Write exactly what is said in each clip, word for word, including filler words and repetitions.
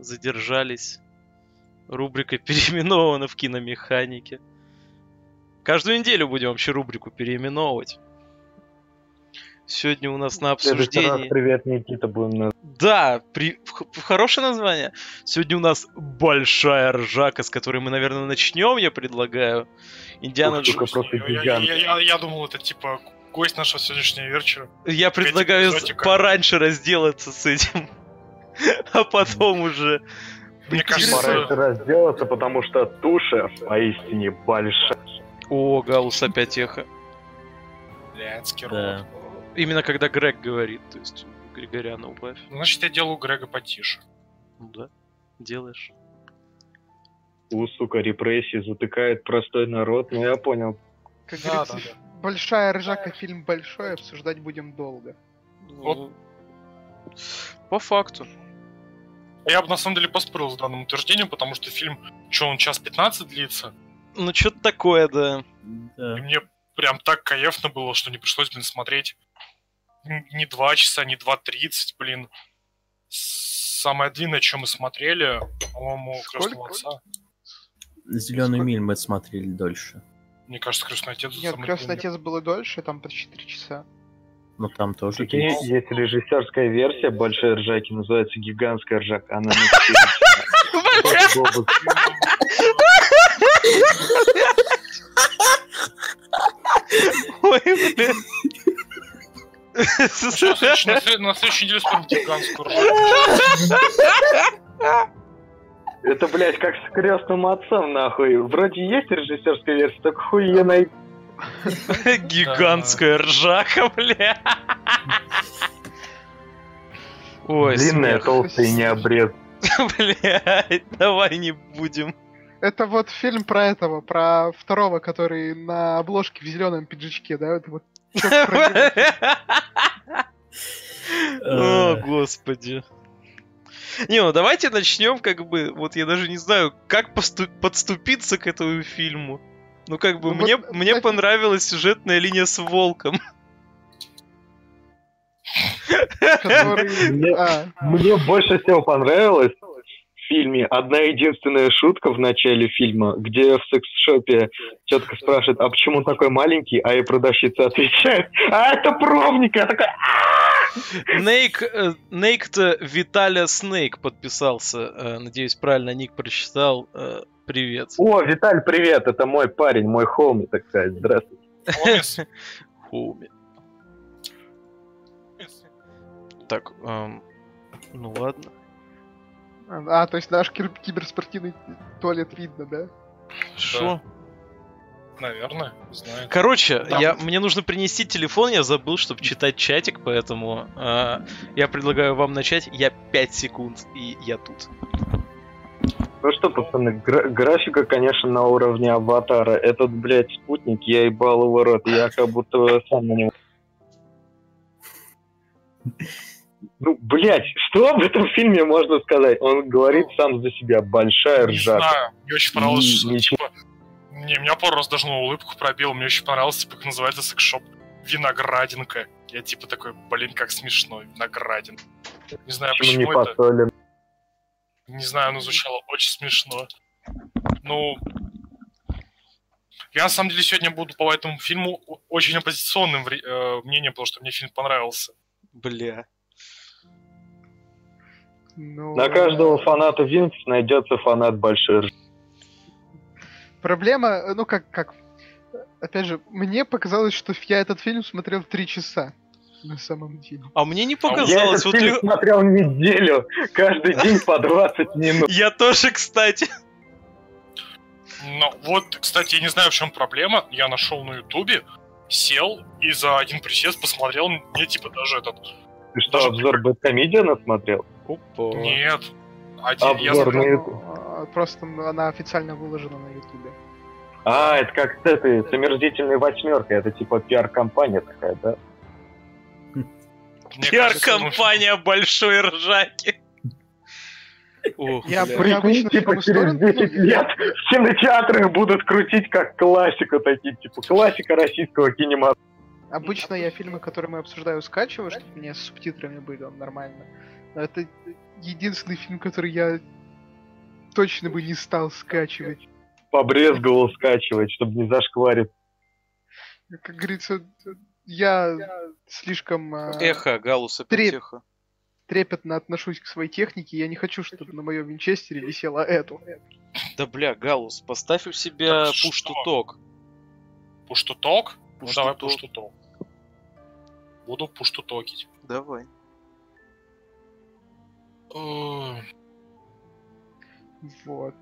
задержались. Рубрика переименована в киномеханике. Каждую неделю будем вообще рубрику переименовывать. Сегодня у нас на обсуждении... Привет, Никита, будем... Да, при... хорошее название. Сегодня у нас большая ржака, с которой мы, наверное, начнем, я предлагаю. Индиана Джонс. Просто я, я, я, я думал, это типа гость нашего сегодняшнего вечера. Я предлагаю пораньше разделаться с этим, а потом уже... Мне кажется... Пора это разделаться, потому что туша поистине большая. О, Галус опять эхо. Блядский рот. Да. Именно когда Грег говорит, то есть Григоряна убавь. Значит, я делаю Грега потише. Ну да, делаешь. У, сука, репрессии затыкает простой народ, ну я понял. Как Да, говорится, да, да. большая ржака, фильм большой, обсуждать будем долго. Вот. По факту. Я бы на самом деле поспорил с данным утверждением, потому что фильм, что он час пятнадцать длится, Ну что-то такое, да. Да. и мне прям так кайфно было, что не пришлось, блин, смотреть не два часа, не два тридцать, блин. Самое длинное, что мы смотрели, по-моему, «Крестного отца». Зеленый Сколько? миль мы смотрели дольше. Мне кажется, «Крестный отец» Нет, самый «Крестный длинный. отец» было дольше, там почти три часа. Но там тоже Прикинь, есть. есть режиссерская версия большой ржаки, называется «Гигантская ржака». Она на четыре. Ой, блин. Ну что, на следующей- на след- на следующей неделе вспомним гигантскую ржаку. Это, блядь, как с «Крестным отцом», нахуй. Вроде есть режиссерская версия, только хуй ее найти. Гигантская ржака, бля. Ой, Длинная, смех. толстая и не обрез. Блядь, давай не будем. Это вот фильм про этого, про второго, который на обложке в зеленом пиджачке, да? Это вот чё про него? О, господи. Не, ну давайте начнем, как бы, вот я даже не знаю, как посту- подступиться к этому фильму. Ну, как бы, Ну, мне, вот, мне кстати- понравилась сюжетная линия с волком. Который... Мне- А, Мне больше всего понравилось в фильме одна единственная шутка в начале фильма, где в секс-шопе тетка спрашивает, а почему такой маленький, а и продавщица отвечает, а это пробник, я такой... Нейк, э, Нейк-то Виталя Снейк подписался. э, Надеюсь, правильно ник прочитал. Э, Привет. О, Виталь, привет, это мой парень, мой хоуми, так сказать, здравствуйте. Помнишь? Хоуми. Так, эм, ну ладно. а, то есть наш кибер- киберспортивный туалет видно, да? Шо? Наверное, не знаю. Короче, Да. я, мне нужно принести телефон, я забыл, чтобы читать чатик, поэтому э, я предлагаю вам начать. Я пять секунд, и я тут. Ну что, пацаны, гра- графика, конечно, на уровне Аватара. Этот, блядь, спутник, я ебал его рот, я как будто сам на него... Ну, блядь, что об этом фильме можно сказать? Он говорит сам за себя, большая Не ржака. знаю, мне очень понравилось, М, что, ничего. типа, не, меня пару раз даже на улыбку пробил, мне очень понравилось, типа, как называется секс-шоп. Виноградинка. Я типа такой, блин, как смешно, виноградин. Не знаю, Почему не почему это. посолим? Не знаю, оно звучало очень смешно. Ну, я на самом деле сегодня буду по этому фильму о- очень оппозиционным вре- э, мнением, потому что мне фильм понравился. Бля. Ну, На каждого фаната Винкс найдется фанат большой ржаки. Проблема, э, ну как, как... Опять же, мне показалось, что я этот фильм смотрел в три часа. На самом деле. А мне не Я этот показалось. Вот фильм лю- смотрел неделю, каждый день по двадцать минут. Я тоже, кстати. Но вот, кстати, я не знаю, в чем проблема. Я нашел на Ютубе, сел и за один присест посмотрел, мне типа даже этот... Ты что, Даже обзор Бэткомедиана смотрел? Опа. Нет. Один, я Обзор смотрел- на YouTube. А, Просто она официально выложена на Ютубе. А, это как с этой, с омерзительной восьмеркой, это типа пиар-компания такая, да? мне кажется, ну, Пиар-компания большой ржаки. Ох, Я бля. при- Прикинь, обычно типа фильмы через сторону- десять лет в кинотеатрах будут крутить как классику такие, типа классика российского кинематографа. Обычно я фильмы, которые мы обсуждаем, скачиваю, чтобы у меня с субтитрами были, он нормально. Но это единственный фильм, который я точно бы не стал скачивать. Побрезговал скачивать, чтобы не зашкварить. Как говорится, я слишком э, Эхо, Галус, опять Треп- эхо. трепетно отношусь к своей технике. Я не хочу, чтобы на моем винчестере висело это. Да бля, Галус, поставь у себя Так push что? to talk. Пуш-ту-ток? Ну Push давай to talk. пуш-ту-ток. Буду пуш-ту-токить. Давай. Э, Вот.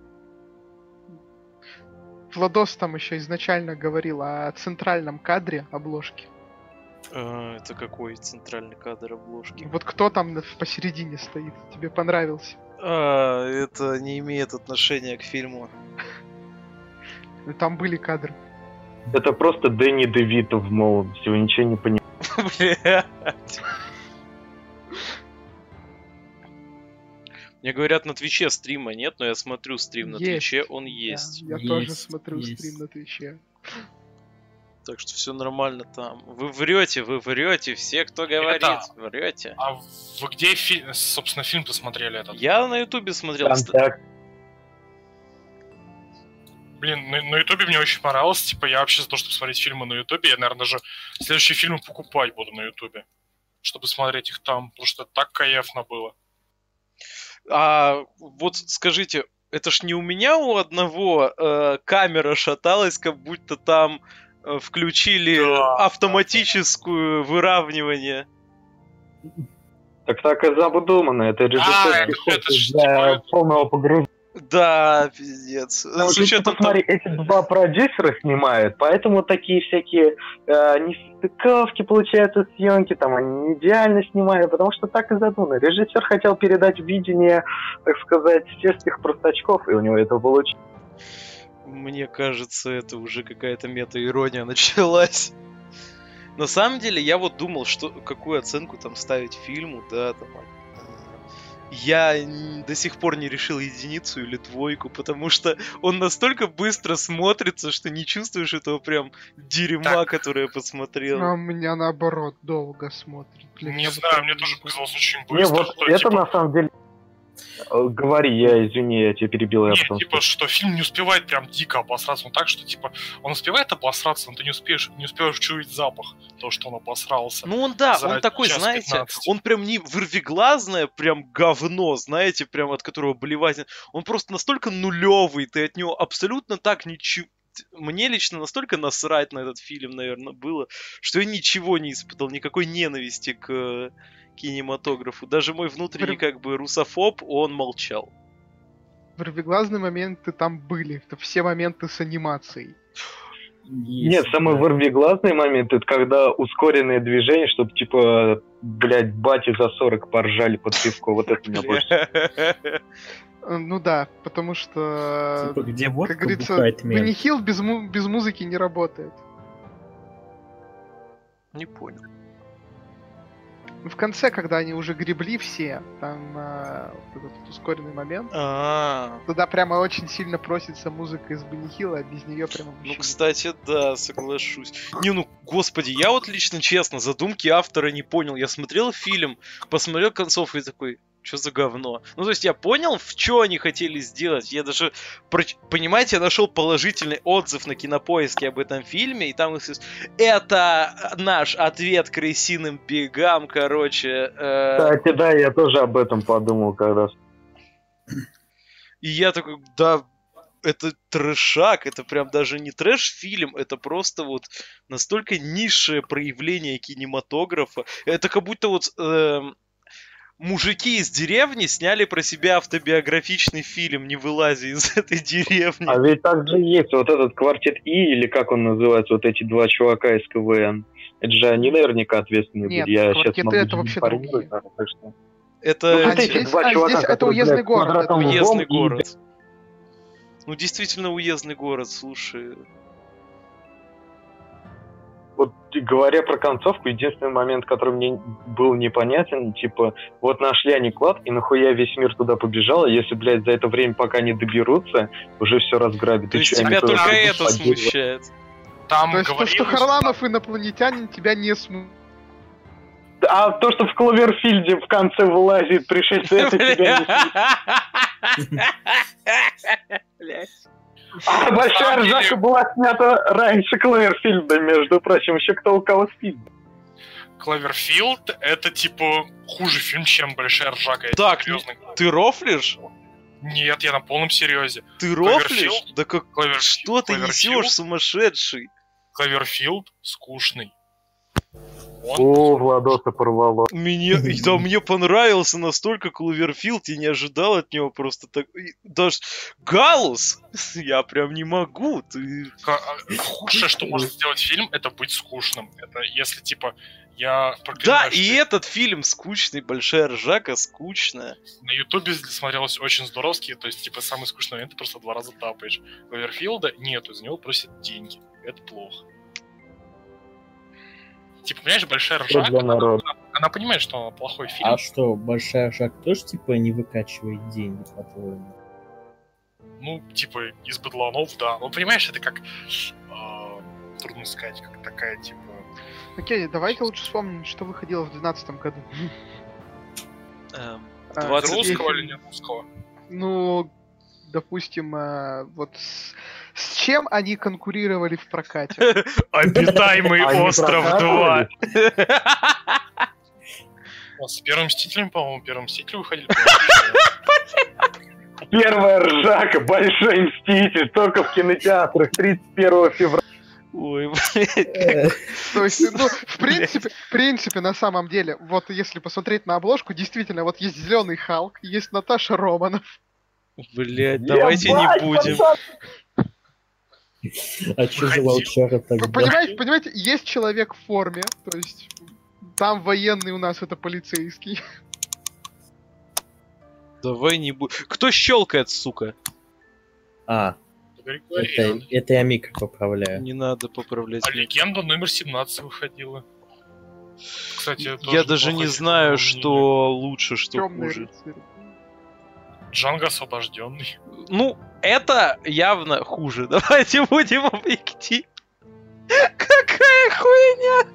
Владос там еще изначально говорил о центральном кадре обложки. А, это какой центральный кадр обложки? Вот кто там на- посередине стоит? Тебе понравился? А, это не имеет отношения к фильму. Ну, там были кадры. Это просто Дэнни Девито в молодости, вы ничего не понимаете. Блядь. Мне говорят, на Твиче стрима нет, но я смотрю стрим на Есть. Твиче, он Да, есть. Я, Есть, тоже смотрю есть. стрим на Твиче. Так что все нормально там. Вы врете, вы врете, все, кто говорит, Это- врете. А вы где, фи- собственно, фильм посмотрели этот? Я на Ютубе смотрел. ст- Контакт. Блин, на, на Ютубе мне очень понравилось. Типа, я вообще за то, чтобы смотреть фильмы на Ютубе. Я, наверное, даже следующие фильмы покупать буду на Ютубе. Чтобы смотреть их там. Потому что так кайфно было. А вот скажите, это ж не у меня у одного э, камера шаталась, как будто там э, включили Да. автоматическую выравнивание. Так так и задумано, это А, режиссерский это- ход это ж для типа- полного погружения. Да, пиздец. Ну, С ты учетом того- посмотри, эти два продюсера снимают, поэтому такие всякие э, нестыковки получаются съемки, там они не идеально снимали, потому что так и задумано. Режиссер хотел передать видение, так сказать, сельских простачков, и у него это получилось. Мне кажется, это уже какая-то мета-ирония началась. На самом деле, я вот думал, что какую оценку там ставить фильму, да, там. э, Я н- до сих пор не решил единицу или двойку, потому что он настолько быстро смотрится, что не чувствуешь этого прям дерьма, Так. которое я посмотрел. А у меня наоборот долго смотрит. Для Не меня знаю, вот мне это тоже не показалось очень Не, быстро. вот что, это типа, на самом деле... Э, Говори, я извини, я тебя перебил. я не, потом типа, что фильм не успевает прям дико обосраться. Он так, что, типа, он успевает обосраться, но ты не успеешь, не успеешь чуять запах, то, что он обосрался. Ну он да, за он такой, час знаете, пятнадцать. он прям не вырвиглазное, прям говно, знаете, прям от которого блевать. Он просто настолько нулевый, ты от него абсолютно так ничего... Мне лично настолько насрать на этот фильм, наверное, было, что я ничего не испытал, никакой ненависти к э, кинематографу. Даже мой внутренний Прям- как бы русофоб, он молчал. Вырвиглазные моменты там были. Это все моменты с анимацией. Нет, самый вырвиглазный момент, это когда ускоренное движение, чтобы, типа, блядь, бати за сорок поржали под пивко. Вот это меня больше. Э, Ну да, потому что, Типа, где как водка говорится, бухает мент. Бенни Хилл без, му- без музыки не работает. Не понял. В конце, когда они уже гребли все, там э, вот этот вот ускоренный момент, А, туда прямо очень сильно просится музыка из Бенни Хилла, а без нее прямо вообще ну, не- кстати, да, соглашусь. Не, ну, господи, я вот лично, честно, задумки автора не понял. Я смотрел фильм, посмотрел концовку и такой, что за говно? Ну, то есть я понял, в что они хотели сделать. Я даже, проч- понимаете, я нашел положительный отзыв на Кинопоиске об этом фильме, и там их с- это наш ответ крысиным бегам, короче. э, Кстати, да, я тоже об этом подумал когда. И я такой, да, это трэшак, это прям даже не трэш-фильм, это просто вот настолько низшее проявление кинематографа. Это как будто вот эм, мужики из деревни сняли про себя автобиографичный фильм, не вылазя из этой деревни. А ведь так же есть вот этот квартет И, или как он называется, вот эти два чувака из КВН. Это же они наверняка ответственные Нет, были. Я квартеты сейчас могу это вообще информировать, другие. наверное, так что- Это Ну, А вот эти- эти здесь, два а чувака, здесь это которые, уездный блядь, город. это квадратом уездный- уездный лбом и город. Ну, действительно, уездный город, слушай. Вот говоря про концовку, единственный момент, который мне был непонятен, типа, вот нашли они клад, и нахуя весь мир туда побежал, а если, блядь, за это время, пока не доберутся, уже все разграбят. То И есть чё, они тебя тоже только будут это подделывать? смущает. Там То есть то, что говорилось, Харламов инопланетянин, тебя не смутит. А то, что в Кловерфилде в конце вылазит пришельцы, это тебя не... Блядь. А большая деле- ржака была снята раньше Кловерфилда, между прочим, еще кто у кого спит. Кловерфилд — это, типа, хуже фильм, чем «Большая ржака». я Так, серьезно говорю. Ты рофлишь? Нет, я на полном серьезе. Ты рофлишь? Кловерфилд? Да как... Кловерфилд? Что ты Кловерфилд? несешь, сумасшедший? Кловерфилд скучный. Он О, Владоса порвало. Мне, и да, мне понравился настолько Кловерфилд, я не ожидал от него просто так... и Даже Галус! Я прям не могу, ты... Ка- Худшее, что может сделать фильм, это быть скучным. Это если, типа, я Да, проклинаю, и что этот фильм скучный, Большая ржака скучная. на Ютубе смотрелось очень здоровски, то есть, типа, самый скучный момент, ты просто два раза тапаешь. Кловерфилда нету, за него просят деньги. Это плохо. Типа, понимаешь, Большая Что ржака, для она, народа? она- она понимает, что плохой фильм. А что, большая шаг тоже типа не выкачивает деньги, по-твоему? Ну, типа, из быдланов, да. Ну, понимаешь, это как... а, трудно сказать, как такая, типа... Окей, давайте лучше вспомним, что выходило в двенадцатом году. Эм, А, двадцать Русского фильм. или не русского? Ну, допустим, э, вот с, с чем они конкурировали в прокате? Обитаемый Они остров два. прокатывались? А с Первым Мстителем, по-моему, Первым Мстителем выходили. Первая ржака, Большой Мститель, только в кинотеатрах тридцать первого февраля. Ой, блядь. То есть, ну, в принципе, в принципе, на самом деле, вот если посмотреть на обложку, действительно, вот есть Зеленый Халк, есть Наташа Романов. Блядь, давайте Ебать, не будем. пацан! А что за Выходил. волчара Вы тогда? понимаете, понимаете, есть человек в форме, то есть там военный у нас это полицейский. Давай не будем. Кто щелкает, сука? А, Григорий. это, это я микро поправляю. Не надо поправлять. А легенда номер семнадцать выходила. Кстати, Я тоже даже не неплохой знаю, фильм, что лучше, что Темный хуже. рыцарь. Джанго освобожденный. Ну, это явно хуже. Давайте будем объективны. Какая хуйня!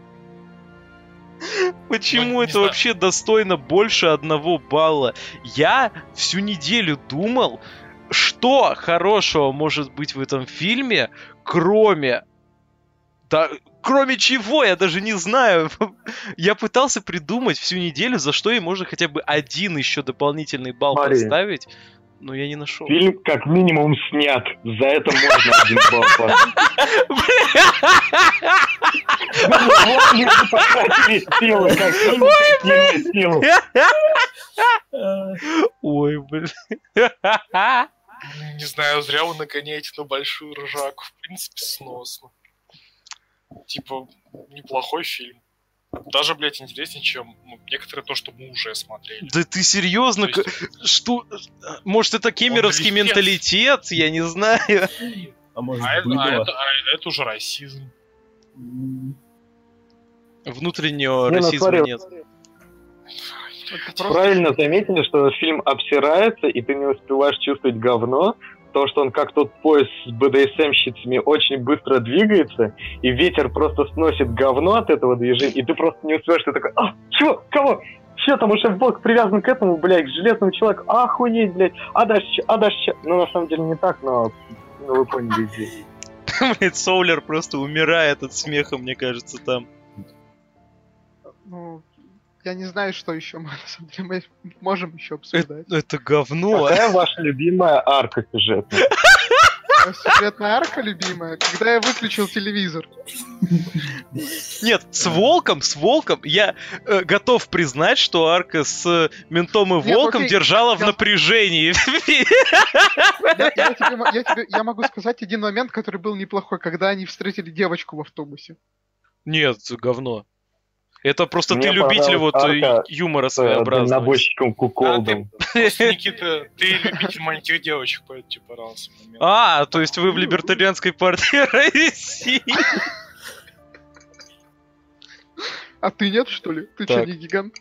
Почему Ну, не это знаю. вообще достойно больше одного балла? Я всю неделю думал, что хорошего может быть в этом фильме, кроме... Да, кроме чего, я даже не знаю. Я пытался придумать всю неделю, за что ей можно хотя бы один еще дополнительный балл Смотри. поставить, но я не нашел. Фильм как минимум снят. За это можно один балл поставить. Вот не потратили силы, как фильм, какие силы. Ой, блин. Не знаю, зря вы нагоняете на большую ржаку. В принципе, сносно. Типа, неплохой фильм. Даже, блядь, интереснее, чем ну, некоторые то, что мы уже смотрели. Да ты серьезно? То есть, Что? Может, это кемеровский Он лисец. менталитет? Я не знаю. А может, а, это, было? а это- а это уже расизм. М, Внутреннего Не, ну, расизма смотри, нет. Это просто Правильно заметили, что фильм обсирается, и ты не успеваешь чувствовать говно. То, что он как тот поезд с бэ дэ эс эм-щицами очень быстро двигается, и ветер просто сносит говно от этого движения, и ты просто не успеваешь, ты такой, а, чего, кого? Че, там уже блок привязан к этому, блядь, к железному человеку, охуеть, блядь, а дальше, чё? а дальше, чё?» Ну, на самом деле не так, но, ну, вы поняли идею. Блядь, Соулер просто умирает от смеха, мне кажется, там. ну, я не знаю, что еще мы, на самом деле, мы можем еще обсуждать. Это, это говно. Какая ваша любимая арка сюжетная? А Сюжетная арка любимая, когда я выключил телевизор. Нет, с Волком, с Волком я э, готов признать, что арка с ментом и Нет, Волком окей, держала в я- напряжении. Я, я тебе, мо- я тебе- я могу сказать один момент, который был неплохой, когда они встретили девочку в автобусе. Нет, говно. Это просто Мне ты любитель вот понравилась э, арка юмора С своеобразного. дальнобойщиком Куколдом. Просто, Никита, ты любитель маленьких девочек, поэтому тебе понравился момент. А, то есть вы в либертарианской партии России. А ты нет, что ли? Ты Так. что, не гигант?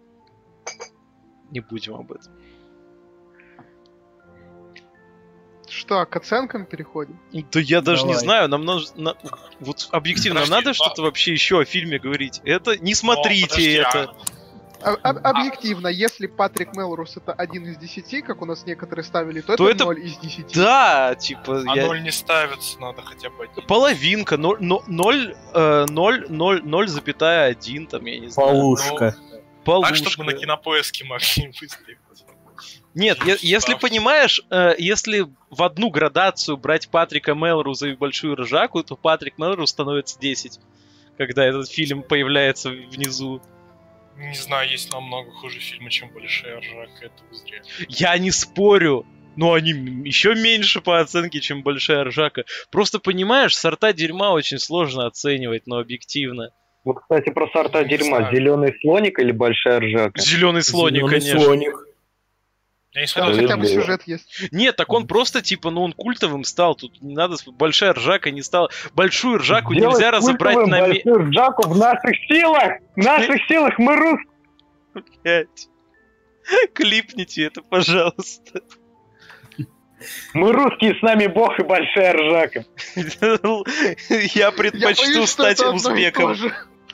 Не будем об этом. Что, к оценкам переходим? Да я даже не Давай. знаю, нам нужно... на- Вот объективно, нам Подожди, надо а- что-то вообще еще о фильме говорить. Это не смотрите подожди, это. а- А- об- объективно, если Патрик Мелроуз это один из десяти, как у нас некоторые ставили, то, То это это- ноль из десяти. Да, типа, А я... ноль не ставится, надо хотя бы один. половинка, ноль, ноль, э, ноль, ноль, ноль запятая один, там, я не знаю. Полушка. Полушка. Так, чтобы на кинопоиске могли выставить. Нет, е- если Ставьте. понимаешь, э, если в одну градацию брать Патрика Мелруза и Большую Ржаку, то Патрик Мелруз становится десять, когда этот фильм появляется внизу. Не знаю, есть намного хуже фильмы, чем Большая Ржака, это зря. Я не спорю, но они еще меньше по оценке, чем Большая Ржака. Просто понимаешь, сорта дерьма очень сложно оценивать, но объективно. Вот, кстати, про сорта Не дерьма. знаю. Зеленый слоник или большая ржака? Зеленый слоник, Зелёный конечно. слоник. Я не Там смотрел. хотя бы было. сюжет есть. Нет, так он просто, типа, ну он культовым стал. Тут не надо... с- Большая Ржака не стала. Большую Ржаку Сделать нельзя разобрать культовым на... ме- большую ржаку в наших силах! В наших силах мы русские! Блядь. Клипните это, пожалуйста. Мы русские, с нами бог и большая ржака. Я Я предпочту боюсь, что стать это одно и узбеком. то же.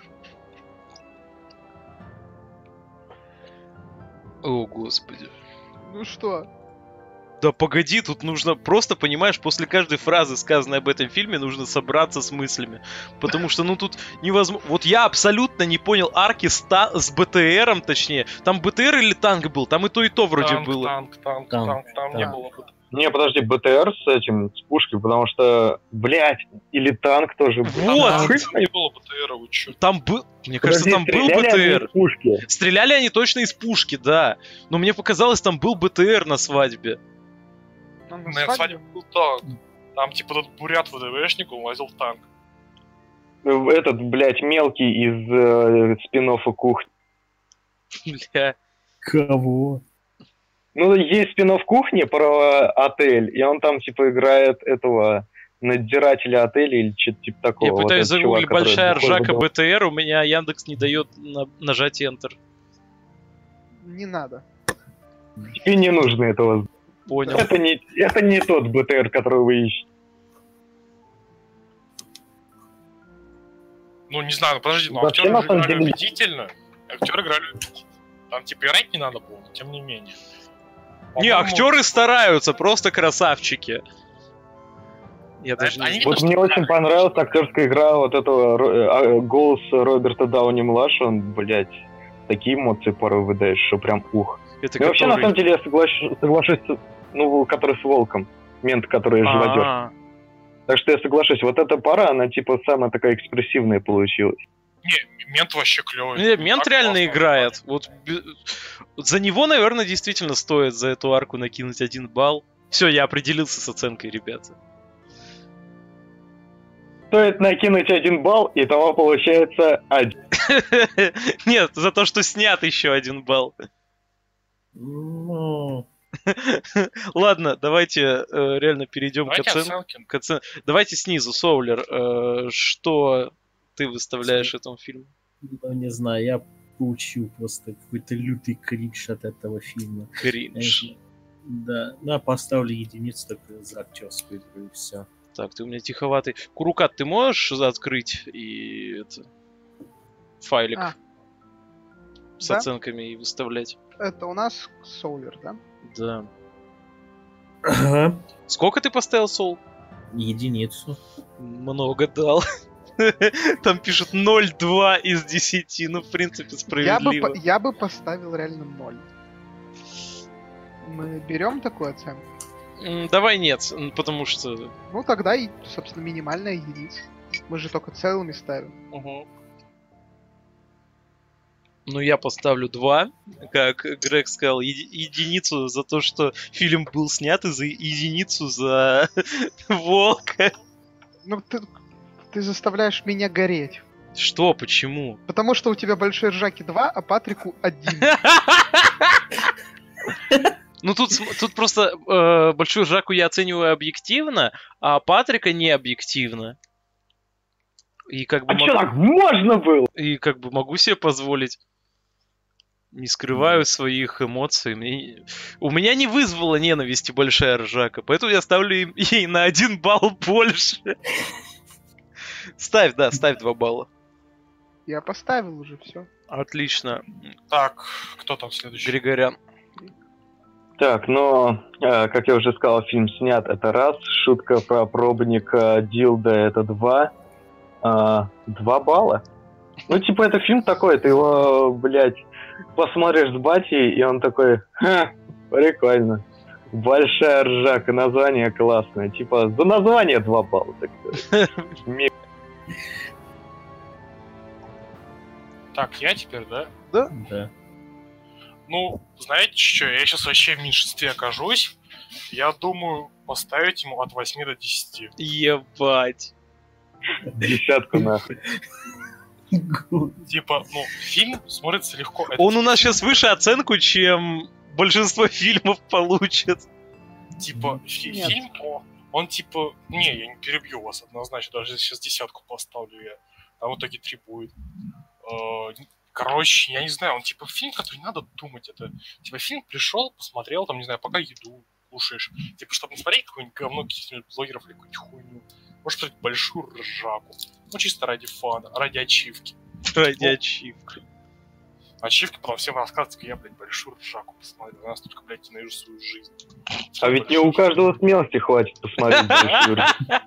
О, господи. Ну что? Да погоди, тут нужно просто, понимаешь, после каждой фразы, сказанной об этом фильме, нужно собраться с мыслями. Потому что, ну, тут невозможно... Вот я абсолютно не понял арки с, та- с БТРом, точнее. Там БТР или танк был? Там и то, и то вроде танк, было. Танк, танк, Танк, танк, там не танк. было. Не, подожди, БТР с этим, с пушкой, потому что, блядь, или танк тоже был. Вот. Там не было БТРа, вы чё? Там был... Мне кажется, Подожди, там был стреляли они БТР. из пушки? Стреляли они точно из пушки, да. Но мне показалось, там был БТР на свадьбе. Ну, на На свадьбе. свадьбе был танк. Там типа тот бурят ВДВшник, он возил танк. Этот, блядь, мелкий из э, спин-оффа кухни. Бля. Кого? Ну, есть спин-офф кухни про отель, и он там, типа, играет этого надзирателя отеля или что-то типа такого. Я Вот пытаюсь этот загуглить чувак, который большая бухой ржака выдал. БТР, у меня Яндекс не дает на- нажать Enter. Не надо. Тебе не нужно этого. Понял. Это не, это не тот БТР, который вы ищете. Ну, не знаю, ну подожди, ну Вообще, актеры на же самом играли деле- убедительно. Актеры играли убедительно. Там типа играть не надо было, но тем не менее. Не, По-моему, актеры стараются, просто красавчики. Я даже не они- знаю. Вот мне очень понравилась актерская игра вот этого Ро- э, а, голос Роберта Дауни-младшего. Он, блядь, такие эмоции порой выдаешь, что прям ух. Это Ну, вообще, на который- самом деле, я соглаш- соглашусь, с- ну, который с Волком. Мент, который живодер. А, Так что я соглашусь, вот эта пара, она типа самая такая экспрессивная получилась. Не, мент вообще клевый. Не, Мент Так реально классно. играет. Вот бе- вот за него, наверное, действительно стоит за эту арку накинуть один балл. Все, я определился с оценкой, ребята. Стоит накинуть один балл, и того получается один. Нет, за то, что снят еще один балл. Ну, Ладно, давайте э, реально перейдем к Давайте оценке. оценки. к оцен- Давайте снизу, Соулер, э, что ты выставляешь этому фильму? ну, не знаю, я получил просто какой-то лютый кринж от этого фильма. Кринж. Конечно. Да, ну, я поставлю единицу только за актерскую игру и все. Так, ты у меня тиховатый. Курукат, ты можешь открыть и это файлик А. с Да? оценками и выставлять? Это у нас Соулер, да? Да. Ага. Сколько ты поставил, Соул? Единицу. Много дал. Там пишут ноль целых два из десяти. Ну, в принципе, Я бы, справедливо. по- я бы поставил реально ноль. Мы берем такую оценку? М, Давай нет, м, потому что... Ну тогда и, собственно, минимальная единица. Мы же только целыми ставим. Мгм. Ну, я поставлю два, как Грег сказал, еди- единицу за то, что фильм был снят, и за единицу за Волка. Ну ты, ты заставляешь меня гореть. Что, почему? Потому что у тебя большой ржаки два, а Патрику один. Ну, тут, см- тут просто э, большую Жаку я оцениваю объективно, а Патрика не объективно. И как бы, А мог- что так можно было? и как бы могу себе позволить. Не скрываю своих эмоций. Мне... У меня не вызвала ненависти большая ржака, поэтому я ставлю им- ей на один балл больше. Ставь, да, ставь два балла. Я поставил уже все. Отлично. Так, кто там следующий? Григорян. Так, но, э, как я уже сказал, фильм снят, это раз. Шутка про пробника Дилда, это два. А, два балла. Ну, типа, это фильм такой, ты его, блядь, посмотришь с батей, и он такой, ха, прикольно. Большая ржака, название классное. Типа, за название два балла, так сказать. Так, я теперь, да? Да. Ну, знаете что, я сейчас вообще в меньшинстве окажусь. Я думаю поставить ему от восьми до десяти. Ебать. Десятку нахуй. Типа, ну, фильм смотрится легко. Это Он у нас сейчас выше оценку, чем большинство фильмов получит. типа фи- Нет. фильм, о, он типа... Не, я не перебью вас однозначно, даже сейчас десятку поставлю я. Там в итоге три будет. Э, Короче, я не знаю, он типа фильм, который не надо думать. Это типа фильм пришел, посмотрел, там, не знаю, пока еду кушаешь. Типа, чтобы не смотреть какое-нибудь говно каких-нибудь блогеров или какую-нибудь хуйню. Можешь смотреть большую ржаку. Ну, чисто ради фана, ради ачивки. Ради ачивки. Ачивки потом всем рассказывать, как я, блядь, большую ржаку посмотрел. Я настолько, блядь, ненавижу свою жизнь. А ведь не у каждого смелости хватит посмотреть большую ржаку.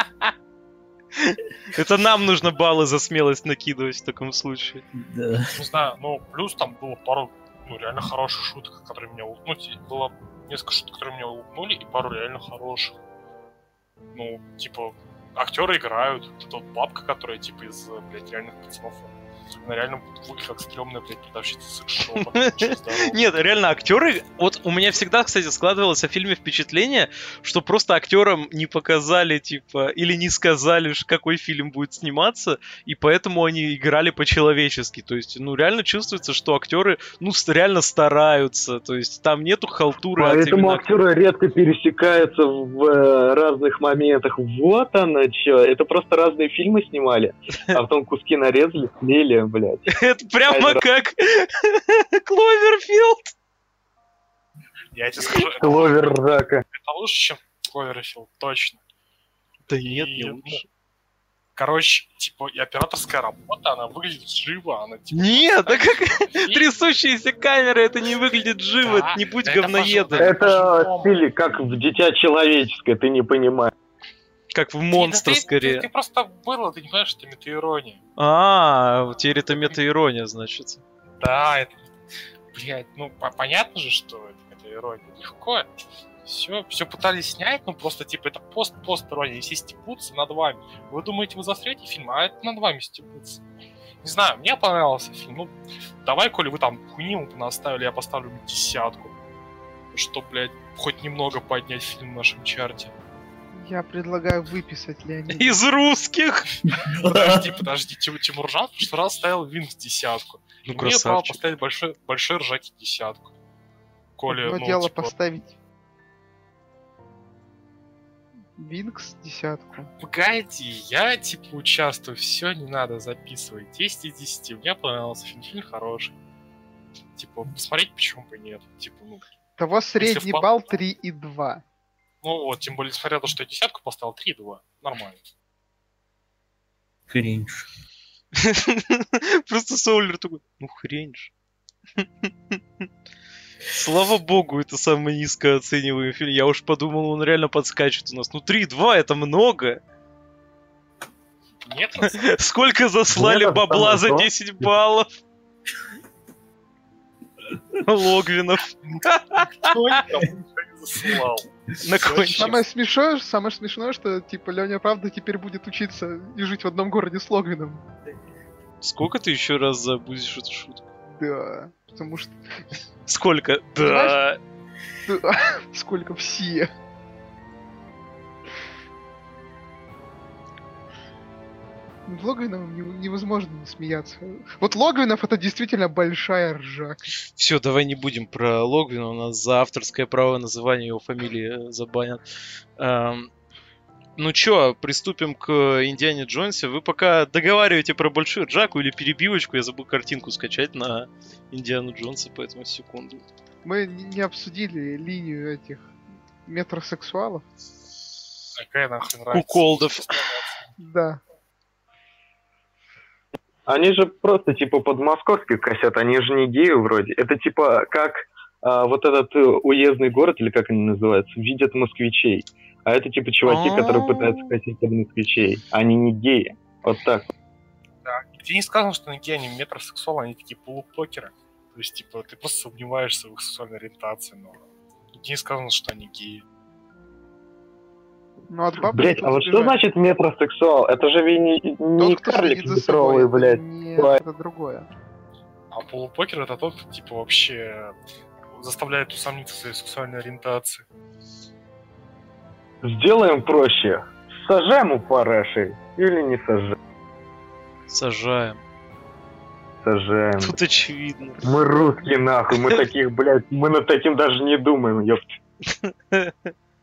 Это нам нужно баллы за смелость накидывать в таком случае. Да. Не знаю, ну, плюс там было пару, ну, реально хороших шуток, которые меня улыбнули. Было несколько шуток, которые меня улыбнули, и пару реально хороших. Ну, типа, актеры играют. Вот эта вот бабка, которая, типа, из, блядь, реальных пацанов. Она реально выглядит как стрёмная, блядь, продавщица секс-шопа. Очень здорово. Нет, реально, актеры. Вот у меня всегда, кстати, складывалось о фильме впечатление, что просто актерам не показали, типа, или не сказали, ш- какой фильм будет сниматься, и поэтому они играли по-человечески. То есть, ну, реально чувствуется, что актеры, ну, с- реально стараются. То есть, там нету халтуры от Поэтому именно актеры редко пересекаются в э, разных моментах. Вот оно что. Это просто разные фильмы снимали, а потом куски нарезали, слили, блядь. Это прямо Один как Кловерфилд. Я тебе скажу, это, Кловер ржака. это лучше, чем Кловерфилд, точно. Да нет, И, не ну, лучше. Короче, типа, и операторская работа, она выглядит живо, она типа... Нет, да как фильм- трясущиеся камеры, это не выглядит живо, Да, не будь это говноедом. пожалуйста. Это по-живому. стиль как в «Дитя человеческое», ты не понимаешь. Как в Ты- монстр ты- скорее. Ты, ты просто было, ты не понимаешь, что это метаирония. А, теперь это мета-ирония, значит. Да, это... Блять, ну по- понятно же, что это метаирония. Легко. Все, все пытались снять, ну просто типа это пост-пост-ирония, и все стебутся над вами. Вы думаете, вы засрете фильм, а это над вами стебутся. Не знаю, мне понравился фильм. Ну, давай, коли вы там хуйни ему наставили, я поставлю ему десятку. Чтобы, блядь, хоть немного поднять фильм в нашем чарте. Я предлагаю выписать Леонида. Из русских! Подожди, подожди, Тим- Тимуржан в прошлый раз ставил Винкс десятку. Ну, И мне право красавчик. поставить большой, большой ржаки десятку. Коли, Одно ну, дело типа, поставить Винкс десятку. погоди, я, типа, участвую, все не надо записывать. десять из десяти, мне понравился фильм, фильм хороший. Типа, посмотреть почему бы и нет. Типа, ну, Того средний впа- балл три и два. ну вот, тем более, смотря то, что я десятку поставил, три и два. Нормально. Кринж. Просто Соулер такой, ну хрень же. Слава богу, это самый низко оцениваемый фильм. Я уж подумал, он реально подскачет у нас. Ну три и два это много. Нет, на самом Сколько заслали Нет, бабла это за что? десять баллов? Логвинов. никто никому ничего не засылал. На кончик. Самое смешное, самое смешное, что типа Леня правда теперь будет учиться и жить в одном городе с Логвином. Сколько ты еще раз забудешь эту шутку? Да, потому что Сколько? Да. да, сколько все. Над Логвином не- невозможно не смеяться. Вот Логвинов это действительно большая ржака. Все, давай не будем про Логвина. У нас за авторское право называния его фамилии э, забанят. Эм, Ну чё, приступим к Индиане Джонсе. Вы пока договариваете про большую ржаку или перебивочку, я забыл картинку скачать на Индиану Джонса, поэтому секунду. Мы не не обсудили линию этих метросексуалов. Какая нахрен разница? Куколдов. Да. Они же просто типа подмосковских косят, они же не геи вроде. Это типа как а, вот этот э, уездный город, или как они называются, видят москвичей. А это типа чуваки, которые пытаются косить под москвичей. Они не геи. Вот так. Да. Нигде не сказано, что они геи, они метросексуалы, они такие полупокеры. То есть, типа, ты просто сомневаешься в их сексуальной ориентации, но нигде не сказано, что они геи. Ну, от бабы Блять, тут а вот что сбежать. значит метросексуал? Это же ведь не, не Тот, кто карлик следит за собой, метровый, это блядь. не- Ой. это другое. А полупокер это тот, кто, типа, вообще заставляет усомниться в своей сексуальной ориентации. Сделаем проще. Сажаем у парашей или не сажаем? Сажаем. Сажаем. Тут очевидно. Мы русские нахуй, мы таких, блядь, мы над таким даже не думаем, ёпт.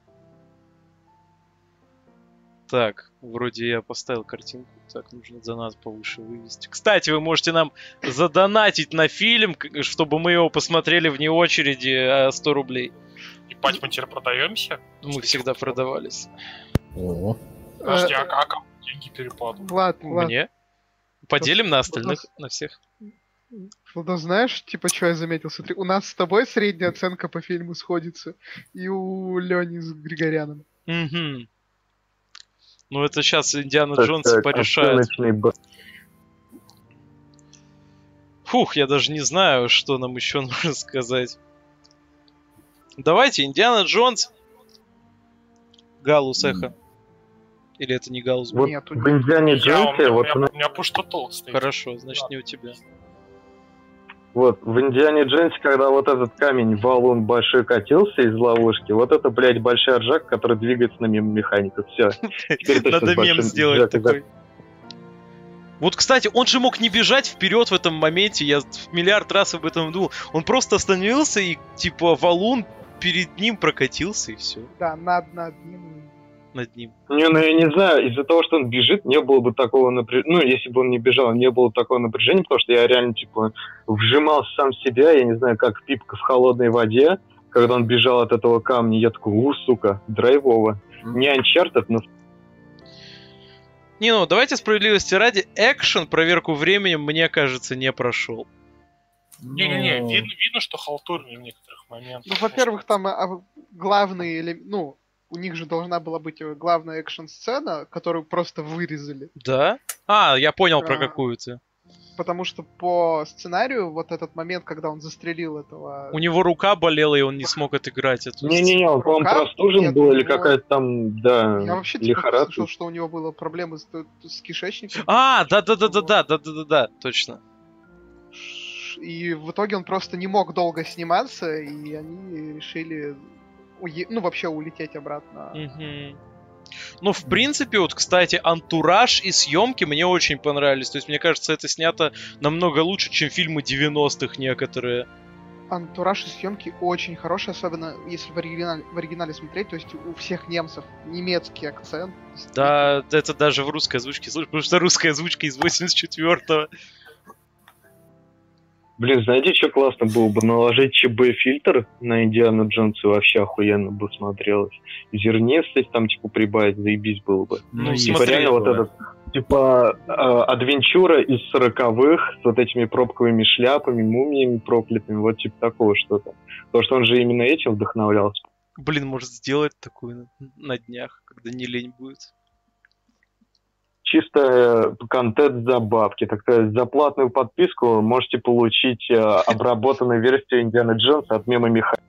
Так, вроде я поставил картинку. Так, нужно донат повыше вывести. Кстати, вы можете нам задонатить на фильм, к- чтобы мы его посмотрели вне очереди, а, сто рублей. Ебать, мы теперь продаемся? Мы всегда продавались. О, Подожди, Э, а как деньги перепадут? Влад, Влад, Мне? Поделим на остальных, на всех. Влад, знаешь, типа, что я заметил? Смотри, у нас с тобой средняя оценка по фильму сходится, и у Лени с Григоряном. Угу. Ну это сейчас Индиана Так Джонс сказать, порешает. оценочный б- Фух, я даже не знаю, что нам еще нужно сказать. Давайте, Индиана Джонс. Галус Эхо. Или это не Галус? Вот Нету, в Индиане Я, у Джонсе, меня, вот, у меня, у меня пуш-то толк стоит. Хорошо, значит не у тебя. вот в Индиане Джонсе, когда вот этот камень, валун большой катился из ловушки, вот это, блядь, большая ржака, которая двигается на мимо механиков. Все. Надо мем сделать такой. Вот, кстати, он же мог не бежать вперед в этом моменте, я в миллиард раз об этом думал. Он просто остановился и, типа, валун перед ним прокатился и все Да, над, над ним. над ним. Не, ну я не знаю, из-за того, что он бежит, не было бы такого напряжения. Ну, если бы он не бежал, не было такого напряжения, потому что я реально, типа, вжимал сам себя, я не знаю, как пипка в холодной воде, когда он бежал от этого камня, я такой, у, сука, драйвово. Не Uncharted, но... Не, ну, давайте справедливости ради, экшен, проверку временем, мне кажется, не прошел. Не-не-не, ну, видно, видно, что халтурили в некоторых моментах. Ну, во-первых, там а, главный элемент, ну, у них же должна была быть э, главная экшн-сцена, которую просто вырезали. Да? А, я понял про А. какую-то. Потому что по сценарию вот этот момент, когда он застрелил этого... У него рука болела, и он не смог отыграть эту. Не-не-не, он, по-моему, Рука? простужен Нет, был у или него- какая-то там, да, Я вообще типа лихорадка. слышал, что у него было проблемы с, с кишечником. А, да-да-да-да-да-да-да-да, точно. Ш- И в итоге он просто не мог долго сниматься, и они решили уе- ну, вообще улететь обратно. Мгм. Ну, в принципе, вот, кстати, антураж и съемки мне очень понравились. То есть, мне кажется, это снято намного лучше, чем фильмы девяностых некоторые. Антураж и съемки очень хорошие, особенно если в оригинале, в оригинале смотреть, то есть у всех немцев немецкий акцент. Да, это даже в русской озвучке слышно, потому что русская озвучка из восемьдесят четвёртого. Блин, знаете, что классно было бы? Наложить ЧБ-фильтр на Индиану Джонса, вообще охуенно бы смотрелось. Зернистость там, типа, прибавить, заебись было бы. Ну, есть Типа, смотри, реально вот такое. этот, типа, э, адвенчура из сороковых с вот этими пробковыми шляпами, мумиями проклятыми, вот типа такого что-то. Потому что он же именно этим вдохновлялся. Блин, может сделать такую на, на днях, когда не лень будет. Чисто э, контент за бабки. Так сказать, за платную подписку можете получить э, обработанную версию Индианы Джонса от мема Михаила.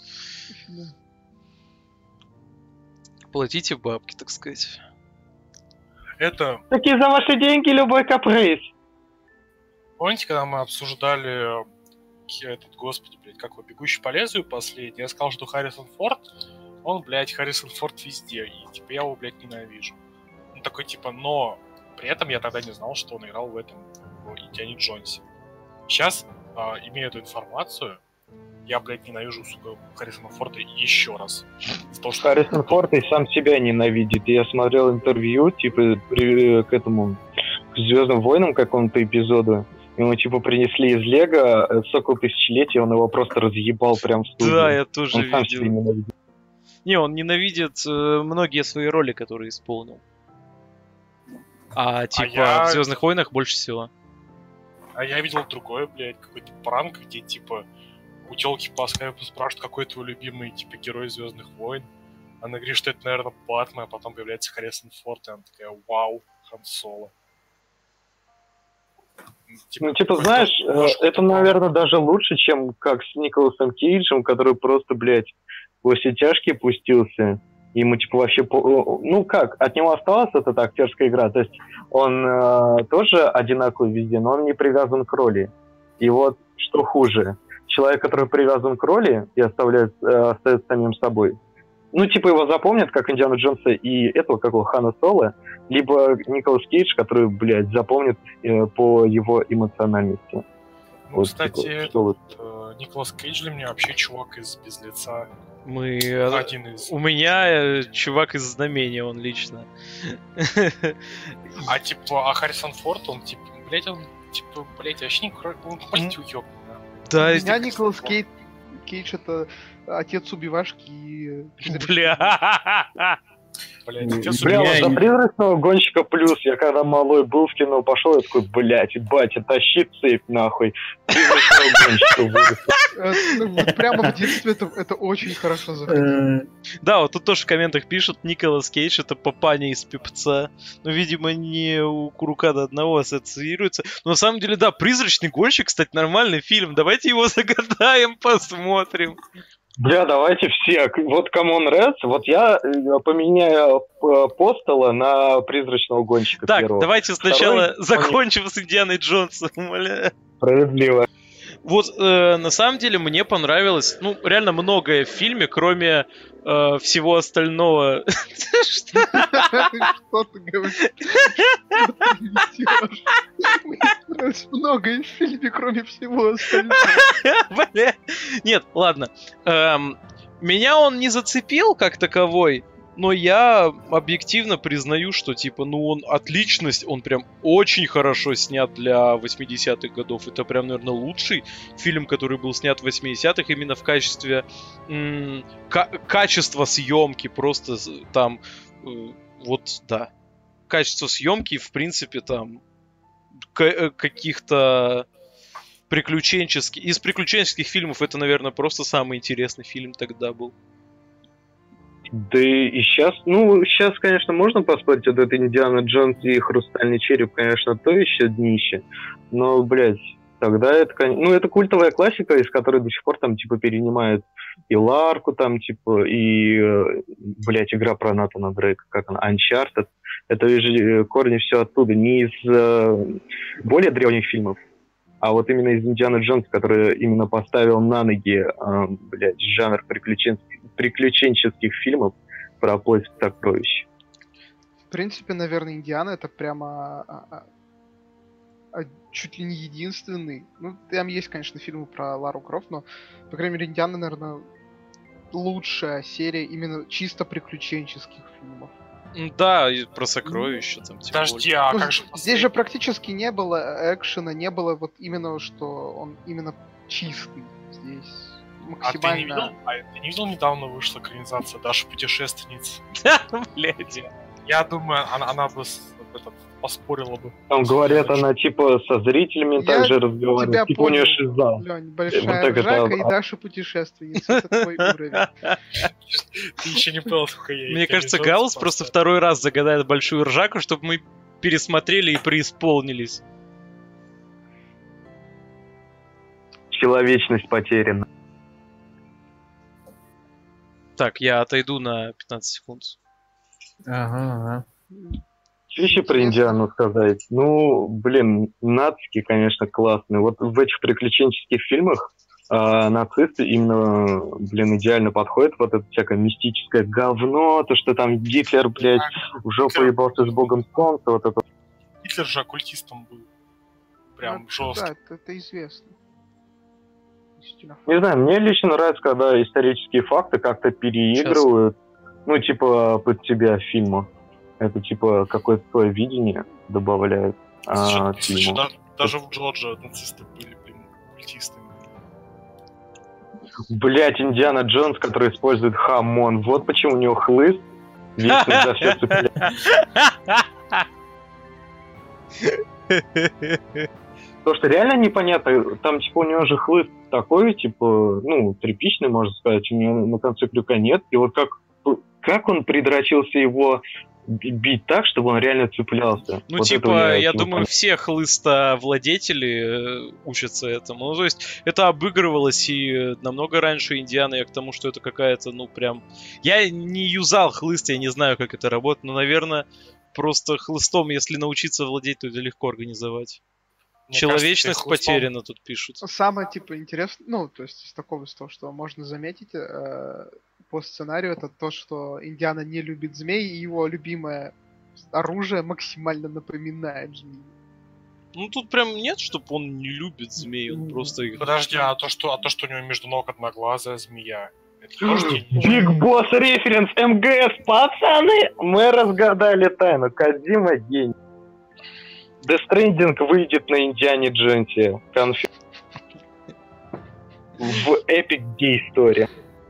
Платите бабки, так сказать. Это, Такие за ваши деньги любой каприз. помните, когда мы обсуждали э, этот, господи, блядь, как его, «Бегущий по лезвию» последний, я сказал, что Харрисон Форд, он, блядь, Харрисон Форд везде, и, типа, я его, блядь, ненавижу. Он такой, типа, но при этом я тогда не знал, что он играл в этом, в Индиане Джонсе. Сейчас, а, имея эту информацию, я, блядь, ненавижу, сука, Харрисона Форда еще раз. В то, что... Харрисон Форд и сам себя ненавидит. Я смотрел интервью, типа, при, к этому, к Звездным войнам какому-то эпизоду. Ему, типа, принесли из Лего Сокол Тысячелетия, он его просто разъебал прям в студии. Да, я тоже Он сам видел. себя ненавидит. Не, он ненавидит э, многие свои роли, которые исполнил. А типа я- в Звездных войнах больше всего. А я видел другое, блядь, какой-то пранк, где, типа, у тёлки по скайпу спрашивают, какой твой любимый, типа, герой Звездных войн. Она говорит, что это, наверное, Бэтмен, а потом появляется Харрисон Форд, и она такая, вау, Хан Соло. Ну, типа, какой-то знаешь, э, немножко это, такого. наверное, даже лучше, чем как с Николасом Кейджем, который просто, блядь, во все тяжкие пустился. Ему, типа, вообще... по- Ну, как, от него осталась эта актерская игра. То есть он э, тоже одинаковый везде, но он не привязан к роли. И вот что хуже. Человек, который привязан к роли и оставляет, э, остается самим собой. Ну, типа, его запомнят, как Индиана Джонса и этого, как его, Хана Соло, либо Николас Кейдж, который, блядь, запомнит э, по его эмоциональности. Ну, Вот, кстати, типа, что вот. э, Николас Кейдж для меня вообще чувак из «Без лица». Мы... э, Один из... У меня э, чувак из Знамения, он лично. А, типа, а Харрисон Форд, он, типа, блядь, он, типа, блядь, вообще не... кро- Он, блядь, уёб. Да, У это- меня Николас Кейдж, Кейдж это отец убивашки и... Бля. Блядь, отец Бля, убивашки. вот за «Призрачного гонщика плюс», я когда малой был в кино, пошел, я такой, блядь, батя, тащи цепь, нахуй. «Призрачного гонщика» вырос. Э, ну, вот прямо в детстве это, это очень хорошо заходило. Э, Да, вот тут тоже в комментах пишут, Николас Кейдж это папаня из Пипца. Ну, видимо, не у Курукада одного ассоциируется. Но на самом деле, да, «Призрачный гонщик», кстати, нормальный фильм. Давайте его загадаем, посмотрим. Бля, давайте все. Вот Common Reds, вот я э, поменяю э, Постела на «Призрачного гонщика» Так, первого. давайте сначала Второй- закончим с Индианой Джонсом, умоляю. Справедливо. Вот, э, на самом деле, мне понравилось, ну, реально многое в фильме, кроме э, всего остального. Что? Что ты говоришь? Что ты несёшь? Мне понравилось многое в фильме, кроме всего остального. Бля. Нет, ладно. Эм, Меня он не зацепил как таковой, но я объективно признаю, что, типа, ну, он отличность, он прям очень хорошо снят для восьмидесятых годов. Это прям, наверное, лучший фильм, который был снят в восьмидесятых именно в качестве м- ка- качества съемки, просто с- там, э, вот, да. Качество съемки, в принципе, там, к- э, каких-то приключенческих... Из приключенческих фильмов это, наверное, просто самый интересный фильм тогда был. Да и сейчас, ну, сейчас, конечно, можно поспорить, вот это «Индиана Джонс» и «Хрустальный череп», конечно, то еще днище, но, блядь, тогда это, кон- ну, это культовая классика, из которой до сих пор там, типа, перенимают и Ларку там, типа, и, э, блядь, игра про Натана Дрейка, как она, Uncharted, это же корни все оттуда, не из э, более древних фильмов, а вот именно из «Индианы Джонса», который именно поставил на ноги, э, блядь, жанр приключенческих, приключенческих фильмов про поиск сокровищ. В принципе, наверное, Индиана это прямо а, а, а, чуть ли не единственный. Ну, там есть, конечно, фильмы про Лару Крофт, но, по крайней мере, Индиана, наверное, лучшая серия именно чисто приключенческих фильмов. М, Да, и про сокровища там, тем Подожди, более. а Ну, как же здесь же практически не было экшена, не было вот именно, что он именно чистый. Здесь А ты не видел? максимально... А ты не видел, недавно вышла экранизация Даша Путешественница? Блядь. Я думаю, она, она бы с- этот, поспорила бы. Там говорят, она типа со зрителями Я также тебя разговаривает, типа у нее понял. шиза. Лёнь, Вот большая так это- ржака и Даша путешественница. Это твой уровень. Ты еще не понял, сколько я... Мне я кажется, не Гаус знаю, просто второй раз загадает большую ржаку, чтобы мы пересмотрели и преисполнились. Человечность потеряна. Так, я отойду на пятнадцать секунд. Ага, ага. Что еще про Индиану сказать? Ну, блин, нацики, конечно, классные. Вот в этих приключенческих фильмах а, нацисты именно, блин, идеально подходят. Вот это всякое мистическое говно, то, что там Гитлер, блядь, в жопу ебался с богом солнца, вот это. Гитлер же оккультистом был. Прям Ну, жестко. Да, это, это известно. Действительно. Не знаю, мне лично нравится, когда исторические факты как-то переигрывают Ну, типа, под тебя фильма. Это, типа, какое-то твое видение добавляет а, Слушай, слушай, фильму. да- даже в Джорджа нацисты были, блин, культистами. Блять, Индиана Джонс, который использует хамон. Вот почему у него хлыст вечно за все цепляет. Потому что реально непонятно, там, типа, у него же хлыст такой, типа, ну, тряпичный, можно сказать, у него на конце крюка нет. И вот как, как он придрочился его бить так, чтобы он реально цеплялся. Ну, Вот типа, я, я не думаю, понял. все хлыстовладетели э, учатся этому. Ну, то есть, это обыгрывалось и намного раньше Индианы. Я к тому, что это какая-то, ну, прям... Я не юзал хлыст, я не знаю, как это работает, но, наверное, просто хлыстом, если научиться владеть, то это легко организовать. Мне Человечность кажется, ты хлыстом- потеряна, тут пишут. Самое, типа, интересное, ну, то есть из такого, из того, что можно заметить э, по сценарию, это то, что Индиана не любит змей, и его любимое оружие максимально напоминает змею. Ну, тут прям нет, чтобы он не любит змей, он просто их... Подожди, а то, что, а то, что у него между ног одноглазая змея, это тоже не- Биг Босс референс МГС, пацаны! Мы разгадали тайну. Кодзима гений. Death Stranding выйдет на Индиане Джонсе. Конфи... В Epic Gay Story.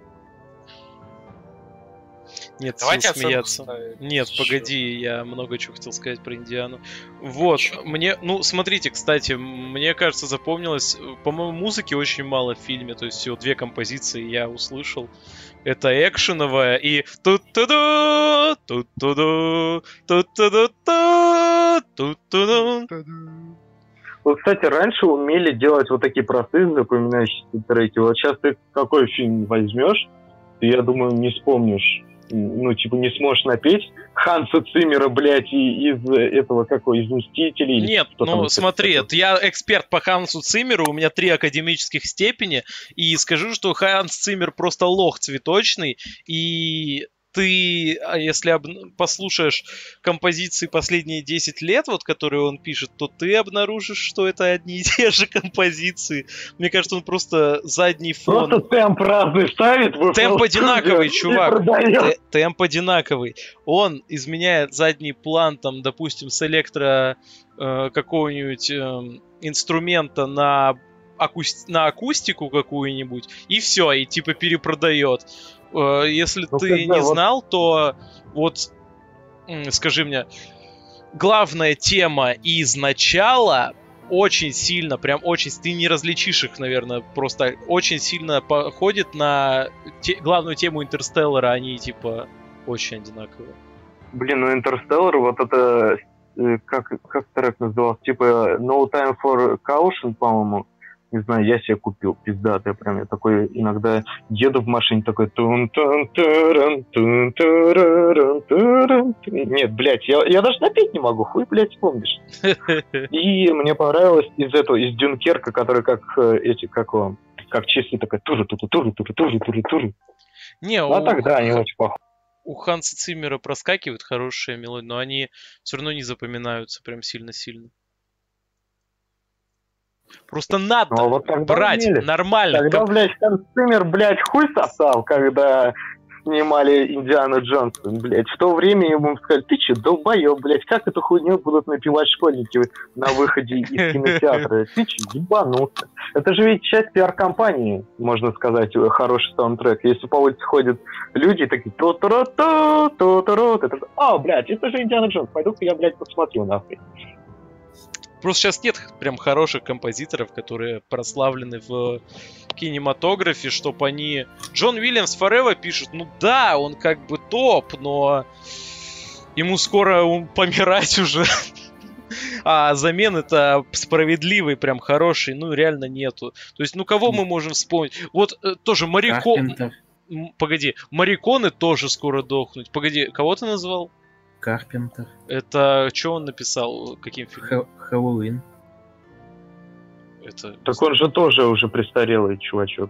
Нет Давайте сил оценку смеяться. ставить. Нет, Чё? погоди, я много чего хотел сказать про Индиану. Вот, Чё? мне, ну, смотрите, кстати, мне кажется, запомнилось, по-моему, музыки очень мало в фильме, то есть всего две композиции я услышал. Это экшеновая и тут-ту-ду, тут-ту-ду, тут-ту-ду-ту, тут-ту-ду. Та-дам. Вот, кстати, раньше умели делать вот такие простые запоминающиеся треки. Вот сейчас ты какой фильм возьмешь, ты, я думаю, не вспомнишь. Ну, типа, не сможешь напеть Ханса Циммера, блядь, и из этого, какой, из «Мстителей». или Нет, кто там ну это смотри, такой. это я эксперт по Хансу Циммеру, у меня три академических степени, и скажу, что Ханс Циммер просто лох цветочный, и ты, а если об- послушаешь композиции последние десять лет, вот которые он пишет, то ты обнаружишь, что это одни и те же композиции. Мне кажется, он просто задний фон. Просто темп разный ставит. вы Темп просто одинаковый, и чувак. продаёт. Те- Темп одинаковый. Он изменяет задний план, там, допустим, с электро э, какого-нибудь эм, инструмента на, акус- на акустику какую-нибудь, и все, и типа перепродает. Э, если Ну, ты когда не вот- знал, то вот м, скажи мне, главная тема из начала очень сильно, прям очень, ты не различишь их, наверное, просто очень сильно походит на те- главную тему Интерстеллара, они типа очень одинаковые. Блин, ну Интерстеллар, вот это, э, как, как трек назывался, типа No Time for Caution, по-моему, не знаю, я себе купил, пиздатый прям, я такой иногда еду в машине, такой тун тун турун тун турун турун. Нет, блядь, я, я даже напеть не могу, хуй, блядь, помнишь. И мне понравилось из этого, из Дюнкерка, который как э, эти, как он, как часы, такой туру туру туру туру туру туру туру. Не, А у, тогда они очень похожи. у Ханса Циммера проскакивают хорошие мелодии, но они все равно не запоминаются прям сильно-сильно. Просто надо Ну, а вот тогда брать умели. нормально. Тогда, Как- блядь, Ханс Циммер, блядь, хуй сосал, когда снимали Индиану Джонса, блядь. В то время ему сказали, ты че, долбоёб, блядь, как эту хуйню будут напевать школьники на выходе из кинотеатра? Ты че, ебанулся? Это же ведь часть пиар-компании, можно сказать, хороший саундтрек. Если по улице ходят люди, такие то-то-ро-то, то-то-ро, ты такой, а, блядь, это же Индиана Джонс, пойду-ка я, блядь, посмотрю, нахуй. Просто сейчас нет прям хороших композиторов, которые прославлены в кинематографе, чтобы они... Джон Уильямс Forever пишет, ну да, он как бы топ, но ему скоро ум- помирать уже. А замены-то справедливый, прям хороший, ну реально нету. То есть, ну кого мы можем вспомнить? Вот э, тоже Марикон... Карпентер. М, Погоди, Мариконы тоже скоро дохнуть. Погоди, кого ты назвал? Карпентер. Это что он написал? Каким фильмом? Хэ- Хэллоуин. Это... Так он же тоже уже престарелый чувачок.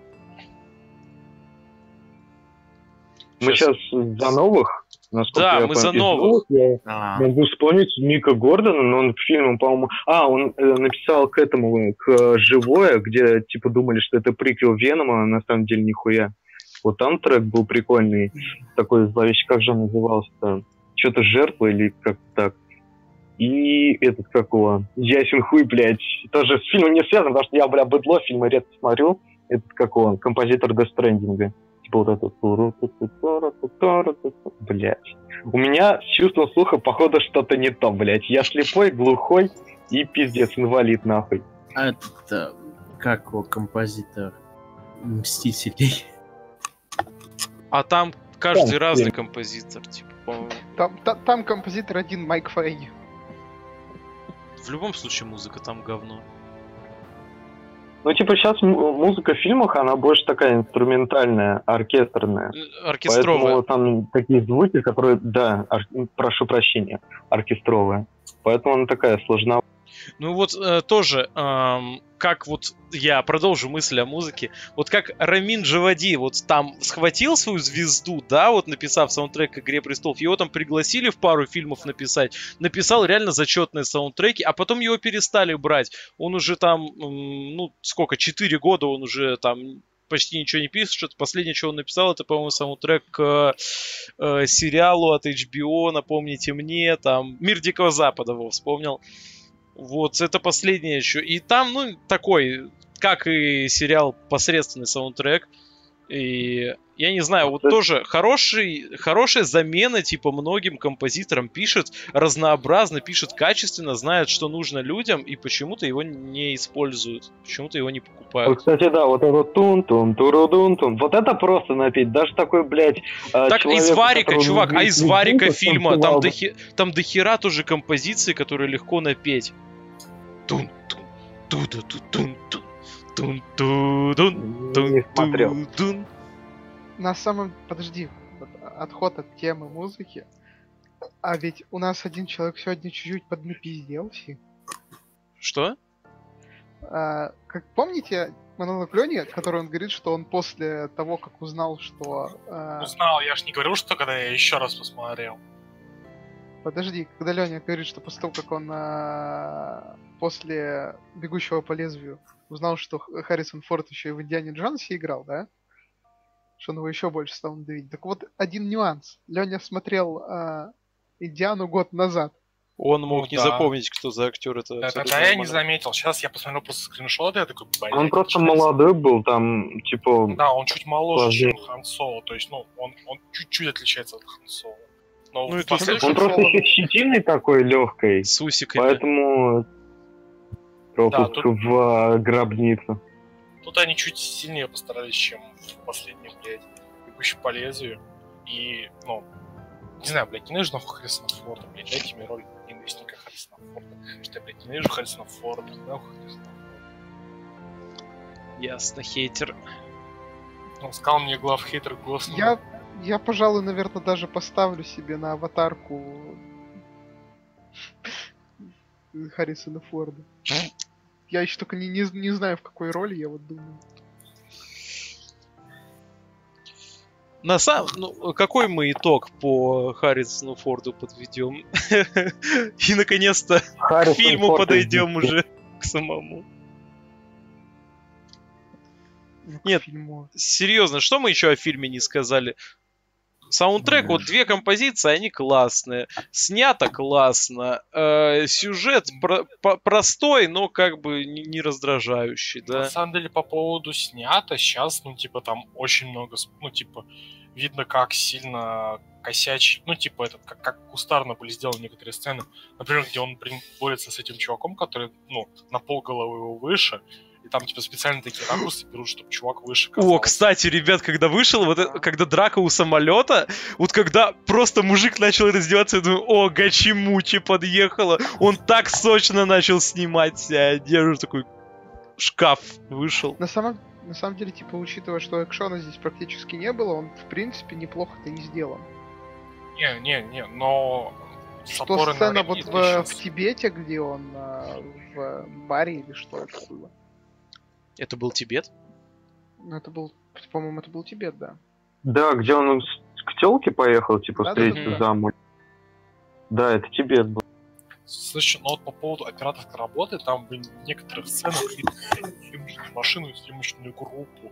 Мы Щас. сейчас за новых, насколько Да, я мы понял, за из новых. я А, могу вспомнить Мика Гордона, но он к фильму, по-моему... А, он э, написал к этому, к э, «Живое», где, типа, думали, что это приквел Венома, а на самом деле нихуя. Вот там трек был прикольный, такой зловещий, как же он назывался-то? Что-то жертва или как так. И этот, как его, Ясен хуй, блядь, тоже с фильмом не связан, потому что я, бля, быдло, фильмы редко смотрю. Этот, как его, композитор Death Stranding. Типа вот этот... Блядь. У меня с чувством слуха, походу, что-то не то, блядь. Я слепой, глухой и пиздец, инвалид, нахуй. А это, как его, композитор Мстителей? А там каждый Да, разный да. композитор, типа, по-моему. Там, та- там композитор один Майк Фейни. В любом случае музыка там говно. Ну, типа, сейчас музыка в фильмах, она больше такая инструментальная, оркестрная. Оркестровая. Поэтому там такие звуки, которые, да, ор- прошу прощения, оркестровые. Поэтому она такая сложна. Ну вот э, тоже, эм, как вот я продолжу мысль о музыке, вот как Рамин Джавади вот там схватил свою звезду, да, вот написав саундтрек к «Игре престолов», его там пригласили в пару фильмов написать, написал реально зачетные саундтреки, а потом его перестали брать. Он уже там, м, ну сколько, четыре года он уже там почти ничего не пишет. Последнее, что он написал, это, по-моему, саундтрек к э, сериалу от эйч би о, напомните мне, там «Мир Дикого Запада», его вспомнил. Вот, это последнее еще. И там, ну, такой, как и сериал, посредственный саундтрек. И я не знаю, вот тоже хороший, хорошая замена, типа, многим композиторам пишет разнообразно, пишет качественно, знает, что нужно людям, и почему-то его не используют, почему-то его не Вот, покупают. кстати, да, вот этот тун-тун, туру-дун-тун, вот это просто напеть, даже такой, блядь, э, Так человеку, из Варика, который чувак, а не- из не Варика звуков фильма, там, танцевал бы. дохи- там дохера тоже композиции, которые легко напеть. Тун тун тун тун тун тун тун тун тун Не смотрел. тун. На самом... Подожди. вот Отход от темы музыки. А ведь у нас один человек сегодня чуть-чуть поднапизделся. Что? А, как помните монолог Лёни, который он говорит, что он после того, как узнал, что... а, Узнал, я ж не говорил, что когда я еще раз посмотрел. Подожди, когда Лёня говорит, что после того, как он а, после «Бегущего по лезвию» узнал, что Х- Харрисон Форд еще и в «Индиане Джонсе» играл, да? Что он его еще больше стал надавить. Так вот, один нюанс. Лёня смотрел а, «Индиану» год назад. Он мог Ну не да. запомнить, кто за актер. Это Это, абсолютно это я не нормально. заметил. Сейчас я посмотрел просто скриншоты, я такой, блядь. Он просто получается. молодой был, там, типа... Да, он чуть моложе, Сложнее. чем Хан Соло. То есть, ну, он, он чуть-чуть отличается от Хан Соло. Но Ну и в тут последующем- Он просто еще щетиной такой легкой, С усиками. поэтому пропуск тут- в гробницу. Тут они чуть сильнее постарались, чем в последнем, блядь, «Бегущий по лезвию». И, ну, не знаю, блядь, ненавижу нахуй Харрисона Форда, блядь, дайте мне роль ненавистника Харрисона Форда. Что я, блядь, ненавижу Харрисона Форда, нахуй Харрисона Форда. Ясно, хейтер. Он сказал мне главхейтер Гослинга. Я, я, пожалуй, наверное, даже поставлю себе на аватарку Харрисона Форда. Я еще только не, не, не знаю, в какой роли, я вот думаю. На самом... Ну, какой мы итог по Харрисону Форду подведем? И, наконец-то, к Харрисон фильму Форд подойдем из уже к самому. Ну, к Нет. фильму. Серьезно, что мы еще о фильме не сказали? Саундтрек, вот две композиции, они классные. Снято классно. Э, сюжет про- по- простой, но как бы не, не раздражающий, На да. самом деле, по поводу снято, сейчас, ну, типа, там очень много, сп- ну, типа, видно, как сильно косячь, ну, типа, этот, как, как кустарно были сделаны некоторые сцены. Например, где он, блин, борется с этим чуваком, который, ну, на полголовы его выше, и там, типа, специально такие ракурсы берут, чтобы чувак выше О, казался. кстати, ребят, когда вышел, вот это- когда драка у самолета, вот когда просто мужик начал раздеваться, я думаю, о, Гачимучи подъехала, он так сочно начал снимать себя одежду, такой шкаф вышел. На самом, на самом деле, типа, учитывая, что экшона здесь практически не было, он, в принципе, неплохо-то и сделан. Не, не, не, но... с Что опорой на сцена время вот есть в, сейчас. в Тибете, где он а, в баре или что это было? Это был Тибет? Ну, это был, по-моему, это был Тибет, да. Да, где он с- к телке поехал, типа, Да, встретиться да, да. замуж. Да, это Тибет был. Слушай, ну вот по поводу операторской работы, там в некоторых сценах видно съемочную машину и съемочную группу.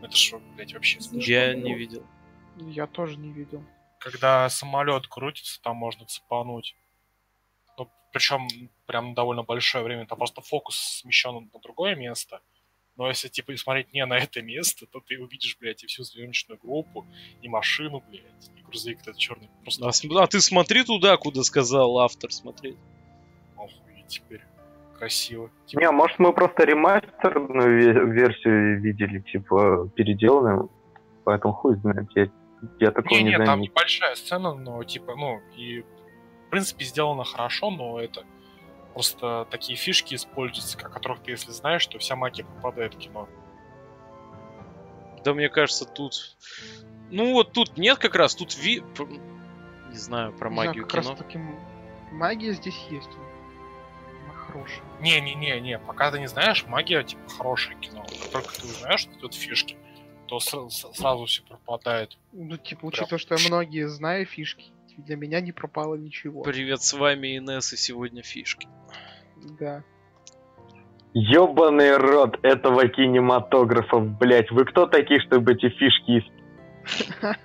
Это что, блядь, вообще смешно. Я не видел. Я тоже не видел. Когда самолет крутится, там можно цепануть. Ну, причем прям довольно большое время. Там просто фокус смещен на другое место. Но если, типа, смотреть не на это место, то ты увидишь, блядь, и всю съемочную группу, и машину, блядь, и грузовик этот черный. Просто... А, см- а ты смотри туда, куда сказал автор смотреть. Охуеть теперь. Красиво. Не, может мы просто ремастерную ве- версию видели, типа, переделанную, поэтому хуй знает, я, я такого Не, не не, там заметил. небольшая сцена, но, типа, ну, и, в принципе, сделано хорошо, но это просто такие фишки используются, о которых ты, если знаешь, то вся магия попадает в кино. Да, мне кажется, тут... Ну вот тут нет как раз, тут ви... п- Не знаю про Не знаю, магию как кино. раз таки м- магия здесь есть. Она хорошая. Не-не-не-не, пока ты не знаешь, магия, типа, хорошее кино. Как только ты узнаешь, что тут фишки, то сра- с- сразу все пропадает. Ну, типа, Прям. учитывая, что я многие знаю фишки, для меня не пропало ничего. Привет, с вами Инесс, и сегодня фишки. Да. Ёбаный рот этого кинематографа, блять. Вы кто такие, чтобы эти фишки исп-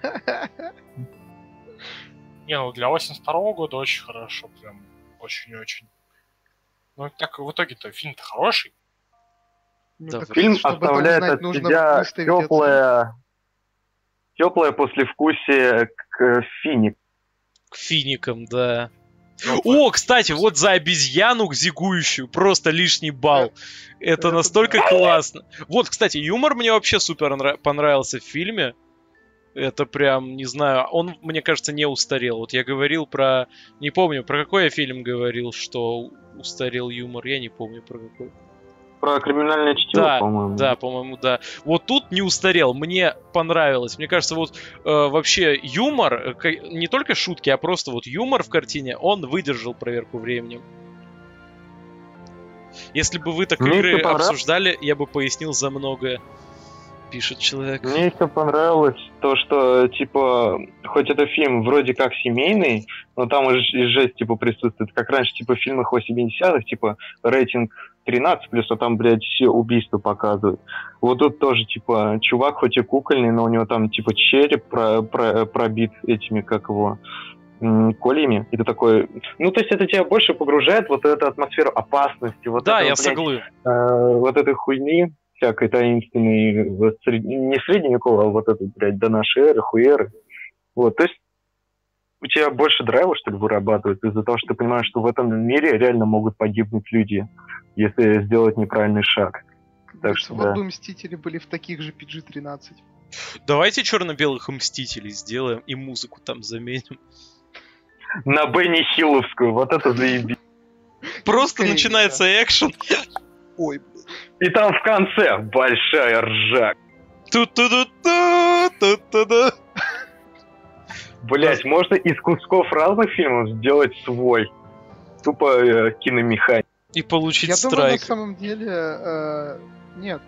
Не, ну для восемьдесят второго года очень хорошо, прям очень-очень. Ну так в итоге-то фильм-то хороший. Ну, Да, так, Фильм чтобы это оставляет узнать, от нужно себя выставить оценку. теплое, теплое послевкусие к Финик. К финикам, да. О, кстати, вот за обезьяну зигующую просто лишний балл. Это Это настолько да. классно. Вот, кстати, юмор мне вообще супер нра- понравился в фильме. Это прям, не знаю, он, мне кажется, не устарел. Вот я говорил про... Не помню, про какой я фильм говорил, что устарел юмор. Я не помню, про какой. Про криминальное чтиво, Да, по-моему. да, по-моему, да. Вот тут не устарел, мне понравилось. Мне кажется, вот э, вообще юмор, э, ка- не только шутки, а просто вот юмор в картине, он выдержал проверку временем. Если бы вы так Мне игры еще понрав- обсуждали, я бы пояснил за многое, пишет человек. Мне еще понравилось то, что, типа, хоть это фильм вроде как семейный, но там и ж- и жесть, типа, присутствует. Как раньше, типа, в фильмах восьмидесятых, типа, рейтинг тринадцать плюс, а там, блядь, все убийства показывают. Вот тут тоже, типа, чувак хоть и кукольный, но у него там, типа, череп про- про- пробит этими, как его, м, кольями. И ты такой... Ну, то есть это тебя больше погружает в вот эту атмосферу опасности, вот Да, этого, я блядь, согласен. э, вот этой хуйни, всякой таинственной, вот сред- не средневековой, а вот этой, блядь, до нашей эры, хуеры. Вот, то есть у тебя больше драйва, что ли, вырабатывается из-за того, что ты понимаешь, что в этом мире реально могут погибнуть люди, если сделать неправильный шаг. Так что вот да. бы Мстители были в таких же пи джи тринадцать. Давайте черно-белых мстителей сделаем и музыку там заменим. На Бенни Хилловскую, вот это заебись. Просто Скорее, начинается экшен. Ой, блин. И там в конце большая ржа. Ту-ту-ду-ту, ту-ту-ду. Блять, можно из кусков разных фильмов сделать свой. Тупо э, киномеханик. И получить Я думаю, на страйк. самом деле, э, нет.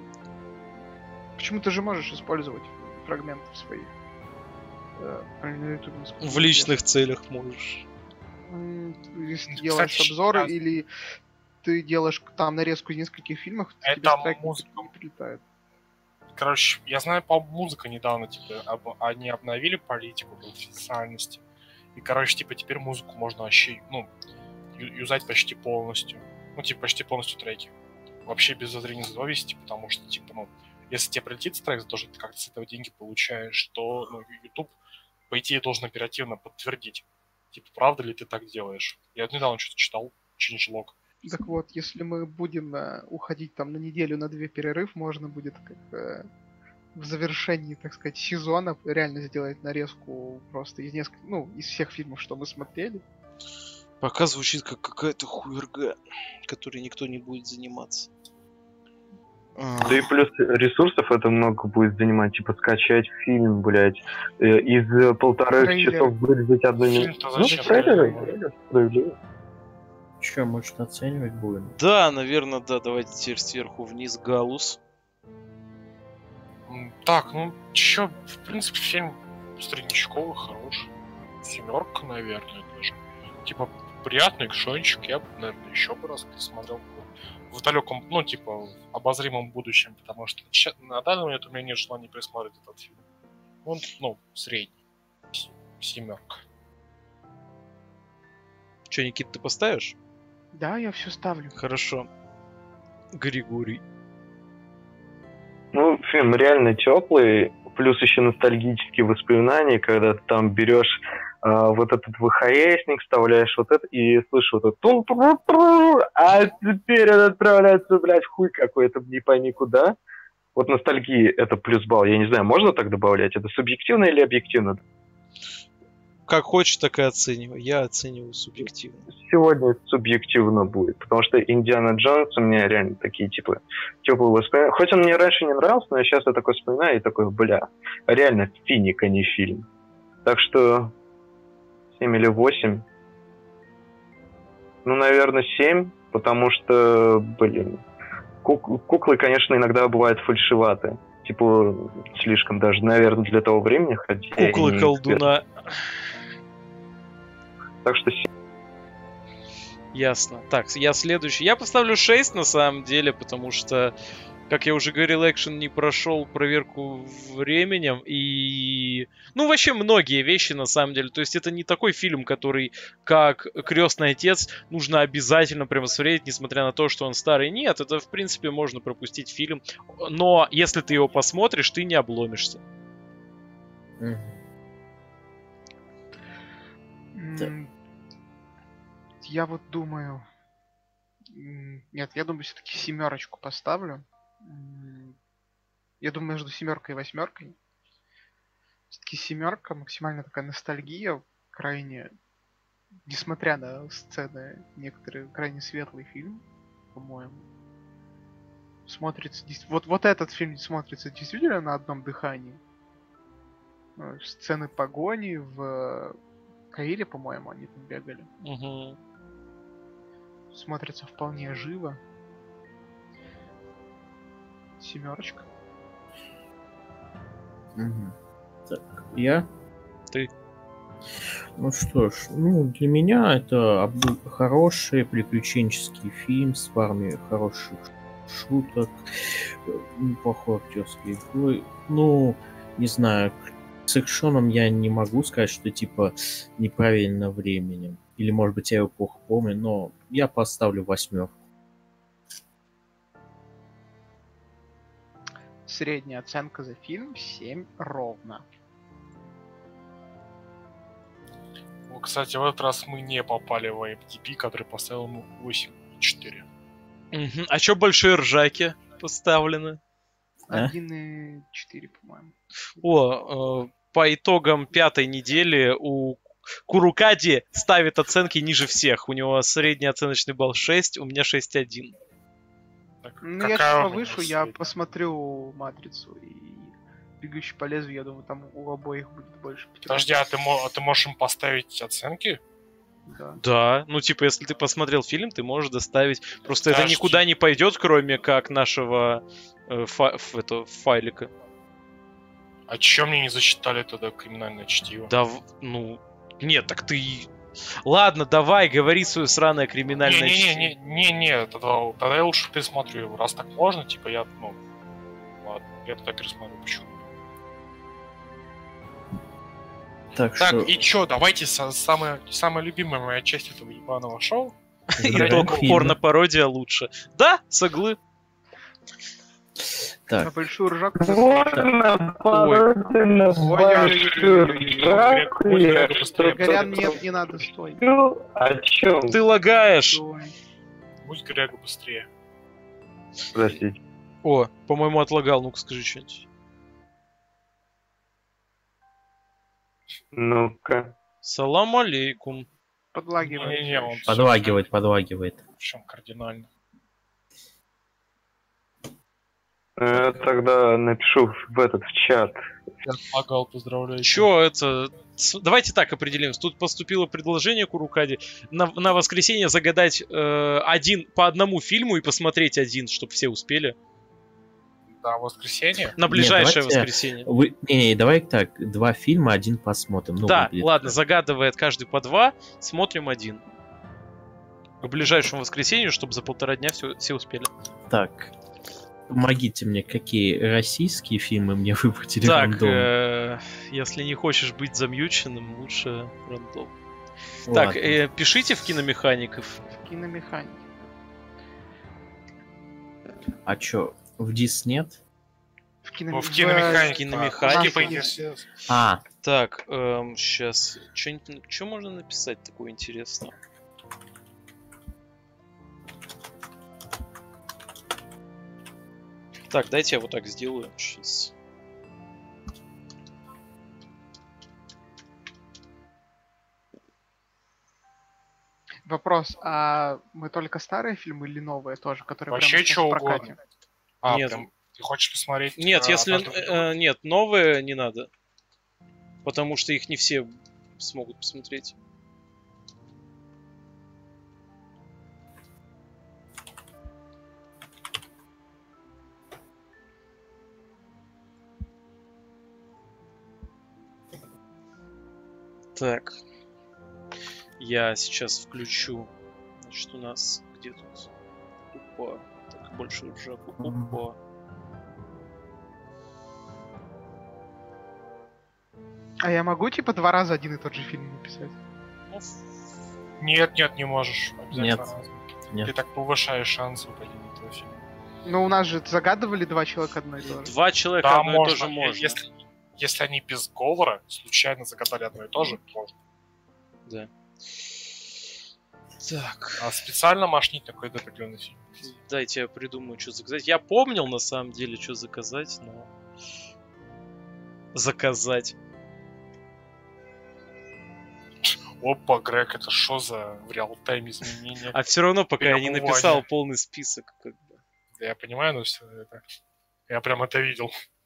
Почему ты же можешь использовать фрагменты своих? Э, правильно, на YouTube, насколько В известно. личных целях можешь. М, Если ты Кстати, делаешь обзоры да. или ты делаешь там нарезку из нескольких фильмов, то Это тебе страйк не музыка. не прилетает. Короче, я знаю, по музыка недавно, типа, об- они обновили политику конфиденциальности. И, короче, типа, теперь музыку можно вообще, ну, ю- юзать почти полностью. Ну, типа, почти полностью треки. Вообще без зазрения совести, потому что, типа, ну, если тебе прилетит страйк за то, что ты как-то с этого деньги получаешь, то, ну, YouTube, по идее, должен оперативно подтвердить. Типа, правда ли ты так делаешь? Я вот недавно что-то читал, changelog. Так вот, если мы будем э, уходить там на неделю, на две перерыв, можно будет как э, в завершении, так сказать, сезона реально сделать нарезку просто из нескольких, ну, из всех фильмов, что мы смотрели. Пока звучит как какая-то хуерга, которой никто не будет заниматься. А, Да и плюс ресурсов это много будет занимать, типа скачать фильм, блядь, э, из э, полторы Трейлер. часов вырезать одну минуту. Фильм-то Ну, зачем? трейлеры, трейлер, справедливо. Че, может, оценивать будем? Да, наверное, да. Давайте теперь сверху вниз галус. М, Так, ну, чё, в принципе, фильм среднячковый, хороший. Семерка, наверное, даже. Типа, приятный экшончик, я бы, наверное, еще бы раз посмотрел. в далеком, ну, типа, в обозримом будущем, потому что ща- на данный момент у меня нет желания пересмотреть этот фильм. Он, ну, средний. С- Семерка. Че, Никит, ты поставишь? Да, я все ставлю. Хорошо. Григорий. Ну, фильм реально теплый, плюс еще ностальгические воспоминания, когда ты там берешь а, вот этот ВХСник, вставляешь вот это и слышишь вот это тун-тру-тру, а теперь он отправляется, блядь, в хуй какой-то, не пойми куда. Вот ностальгии это плюс балл. Я не знаю, можно так добавлять? Это субъективно или объективно? Как хочешь, так и оценивай. Я оцениваю субъективно. Сегодня субъективно будет, потому что Индиана Джонс у меня реально такие, типа, теплые воспоминания. Хоть он мне раньше не нравился, но сейчас я такой вспоминаю и такой, бля, реально финик, а не фильм. Так что семь или восемь. Ну, наверное, семь, потому что, блин, кук- куклы, конечно, иногда бывают фальшиваты. Типа, слишком даже, наверное, для того времени. Хотя я не Куклы эксперт. колдуна. Так что семь. Ясно. Так, я следующий. Я поставлю шесть на самом деле, потому что, как я уже говорил, экшен не прошел проверку временем. И... Ну, вообще многие вещи на самом деле. То есть это не такой фильм, который, как «Крестный отец», нужно обязательно прямо смотреть, несмотря на то, что он старый. Нет, это, в принципе, можно пропустить фильм. Но если ты его посмотришь, ты не обломишься. Мгм. Да. М, Я вот думаю... м, Нет, я думаю, все-таки семерочку поставлю. М, Я думаю, между семеркой и восьмеркой. Все-таки семерка, максимально такая ностальгия, крайне, несмотря на сцены, некоторые крайне светлый фильм, по-моему. Смотрится... дес- Вот, вот этот фильм смотрится действительно на одном дыхании. Э, Сцены погони в Каире, по-моему, они там бегали. Мгм. Смотрится вполне живо. Семерочка. Мгм. Так, я? Ты. Ну что ж, ну для меня это обду- хороший приключенческий фильм с парами хороших шуток, э, неплохой актерской игрой. Ну, не знаю, к- с экшоном я не могу сказать, что типа неправильно временем. Или, может быть, я его плохо помню, но я поставлю восьмерку. Средняя оценка за фильм семь ровно. Ну, кстати, в этот раз мы не попали в ай эм ди би, который поставил ему восемь и четыре. Мгм. А чё большие ржаки поставлены? А? один и четыре, по-моему. О, э, по итогам пятой недели у Курукади ставит оценки ниже всех. У него средний оценочный балл шесть, у меня шесть целых один. Так, Ну, я чуть какая у него повышу, я средняя? посмотрю «Матрицу» и «Бегущий по лезвию», я думаю, там у обоих будет больше пятерки. Подожди, а ты, мо- а ты можешь им поставить оценки? Да. Да, ну типа, если ты посмотрел фильм, ты можешь доставить. Просто это Подожди. никуда не пойдет, кроме как нашего э, фа- ф- это, файлика. А чё мне не засчитали тогда криминальное чтиво? Да, в- ну, нет, так ты... Ладно, давай, говори свое сраное криминальное чтиво. Не-не-не-не-не, тогда, тогда я лучше пересмотрю его. Раз так можно, типа я, ну, ладно, я тогда пересмотрю, почему. Так, Так, что... и чё, давайте со- самая, самая любимая моя часть этого ебаного шоу. Итог фильма. порно-пародия лучше. Да, соглы. На Так, большую ржаку. Больно, поразительно, большую ржаку Ой, я Грега, быстрее. Горян, нет, не надо, стой. Ну, о чем? Ты лагаешь. Стой. Будь Грега быстрее. Простите. О, по-моему, отлагал. Ну-ка, скажи что-нибудь. Ну-ка. Салам алейкум. Подлагивает. Не-не-не, он подлагивает, подлагивает. Причем кардинально. Э, Тогда напишу в этот в чат. Я отлагал, поздравляю. Чё это? С- Давайте так определим. Тут поступило предложение Курукади на, на воскресенье загадать э, один по одному фильму и посмотреть один, чтобы все успели. Да, воскресенье. На ближайшее давайте- воскресенье. Вы... Не-не, давай так, два фильма, один посмотрим. Ну, да, выглядит ладно, как. загадывает каждый по два, смотрим один. к ближайшему воскресенью, чтобы за полтора дня все, все успели. Так. Помогите мне, какие российские фильмы мне выбрать или Так, рандом? э, если не хочешь быть замьюченным, лучше рандом. Ладно. Так, э, пишите в киномехаников. Киномеханик. А чё, в Дис нет? В, кино... Ну, в киномеханике. киномеханике. по идее. А, Так, эм, сейчас. Что можно написать такое интересное? Так, дайте я вот так сделаю. Сейчас. Вопрос, а мы только старые фильмы или новые тоже, которые Вообще прямо сейчас чё в прокате? угодно. А, Нет. прям ты хочешь посмотреть? Нет, э, если... «Однажды в э, Голливуде»? нет, новые не надо. Потому что их не все смогут посмотреть. Так. Я сейчас включу. Значит, у нас где тут? Опа. Так, больше ржаку. Опа. А я могу типа два раза один и тот же фильм написать? Ну, ф- Нет, нет, не можешь. Обязательно Нет. разные. нет. Ты так повышаешь шансы выпадения этого фильма. Ну, у нас же загадывали два человека одно и то же. Два человека Да, одно и то можно. же можно. Если, если они без говора случайно загадали одно и то же, можно. Да. Так. А специально машнить на какой-то определенный фильм. Дайте я придумаю, что заказать. Я помнил на самом деле, что заказать, но... Заказать. Опа, Грег, это что за в реал-тайм изменения? А все равно, пока я не Прям написал Ваня. полный список, как бы. Да я понимаю, но все это... Я прям это видел.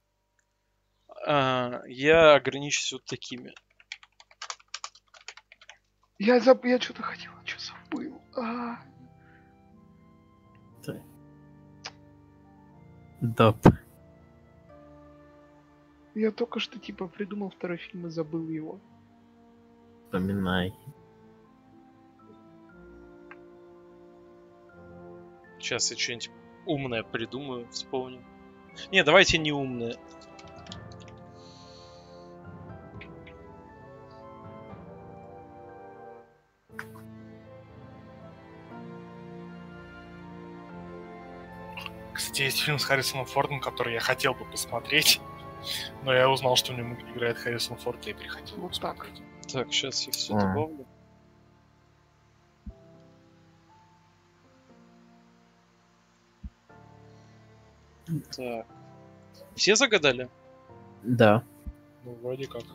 А, я ограничусь вот такими. Я заб... Я что-то хотел, что забыл. А. Доп. Я только что типа придумал второй фильм и забыл его. Поминай. Сейчас я что-нибудь умное придумаю, вспомню. Не, давайте не умное. Кстати, есть фильм с Харрисоном Фордом, который я хотел бы посмотреть, но я узнал, что в нем играет Харрисон Форд, и приходил Вот так. Так, сейчас я все А. добавлю. Так. Все загадали? Да. Ну, вроде как.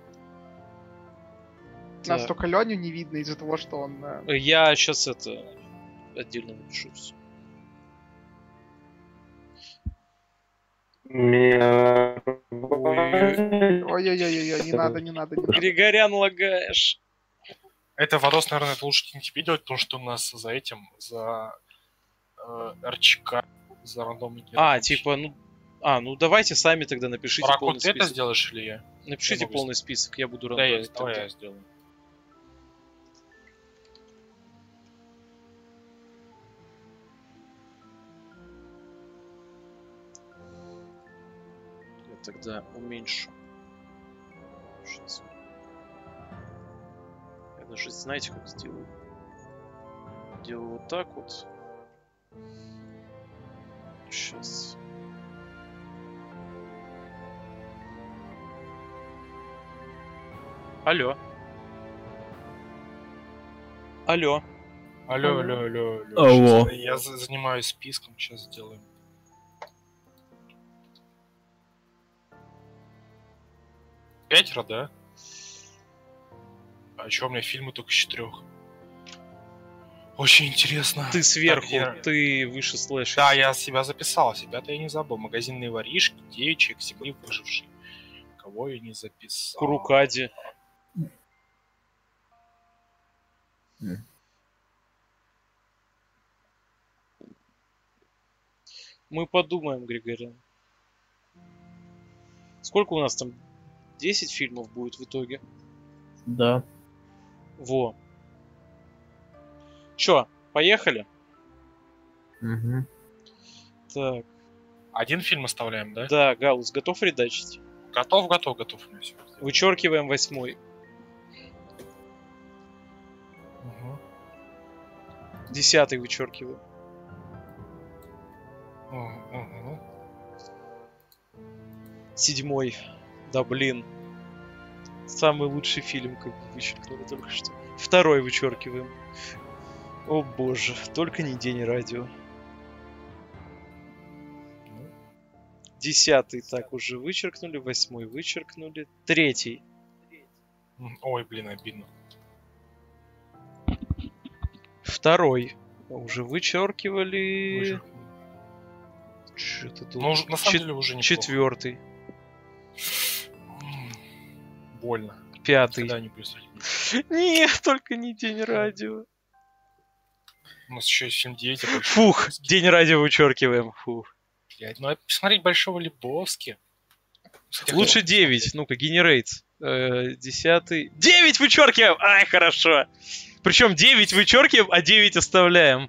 Нас Так. только Леню не видно из-за того, что он... э, Я сейчас это отдельно напишу всё. Меня... Ой-ой-ой-ой, не надо, не надо, не надо. Григорян, лагаешь. Это Водос, наверное, это лучше не тебе делать, потому что у нас за этим, за э, РЧК, за рандомный А, типа, ну... А, ну давайте сами тогда напишите полный Ракут, ты это список. сделаешь или я? Напишите Я могу полный список, я буду Да, я, рандомить давай тогда. я сделаю. Я тогда уменьшу. Сейчас. Я даже, знаете, как сделаю? Делаю вот так вот. Сейчас. Алло. Алло. Алло, алло, алло, алло. Алло. Щас Я за- занимаюсь списком, сейчас сделаем. Пятеро, да? А чё, у меня фильмы только с четырех? Очень интересно. Ты сверху, Так, я- ты выше слэша. Да, я себя записал, себя-то я не забыл. Магазинные воришки, девичек, земли выживший. Кого я не записал? Курукади. Мы подумаем, Григорий. Сколько у нас там? десять фильмов будет в итоге? Да. Во. Чё? Поехали? Мгм. Так. Один фильм оставляем, да? Да, Галус, готов редачить? Готов, готов, готов. У меня всё. Вычеркиваем восьмой. Мгм. Десятый вычеркиваем. Мгм, мгм. Седьмой. Да блин. Самый лучший фильм, как бы вычеркнули только что. Второй вычеркиваем. О боже, только не День радио. Десятый так уже вычеркнули, восьмой вычеркнули. Третий. М, Ой, блин, обидно. Второй. Уже вычеркивали. Вычеркнул. Что-то тут. Ну, уже- на самом Чет- деле уже не Четвертый. Больно. Пятый. Никогда не представить. Нет, только не День радио. У нас еще есть фильм девять. а Фух, День радио вычеркиваем. Фух. Блядь, ну а посмотреть Большого Лебовски. Кстати, Лучше хотел девять. Ну-ка, генерейтс. Десятый. девять вычеркиваем! Ай, хорошо. Причем девять вычеркиваем, а девять оставляем.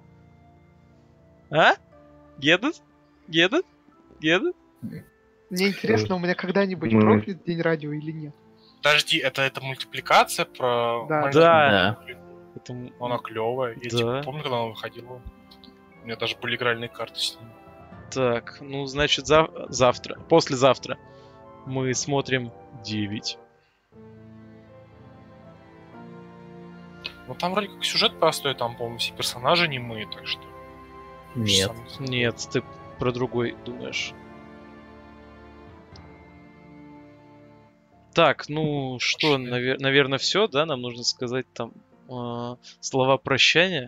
А? Гедет? Гедет? Гедет? Мне интересно, у меня когда-нибудь Мы- прокнет День радио или нет? Подожди, это, это мультипликация про... Да. маленькую Да. девочку? Это- Она клевая. Я Да. типа, помню, когда она выходила. У меня даже были игральные карты с ним. Так, ну, значит, зав- завтра, послезавтра мы смотрим девять. Ну там вроде как сюжет простой, там, по-моему, все персонажи немые, так что... Нет. Сам- Нет, ты про другой думаешь. Так, ну что, навер- наверное, все, да? Нам нужно сказать там э, слова прощания.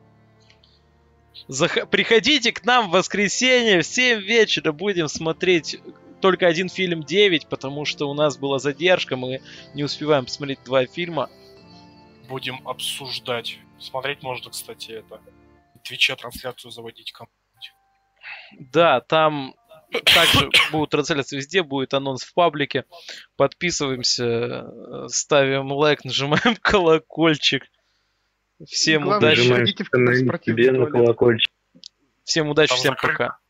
Зах- Приходите к нам в воскресенье в семь вечера. Будем смотреть только один фильм девять, потому что у нас была задержка. Мы не успеваем посмотреть два фильма. Будем обсуждать. Смотреть можно, кстати, это... В Твиче трансляцию заводить кому. Да, там также будут трансляции везде, будет анонс в паблике. Подписываемся, э, ставим лайк, нажимаем колокольчик. Всем Главное, удачи. Нажимаем ходите в спортивный себе на туалет. колокольчик. Всем удачи, Там всем закрыто. пока.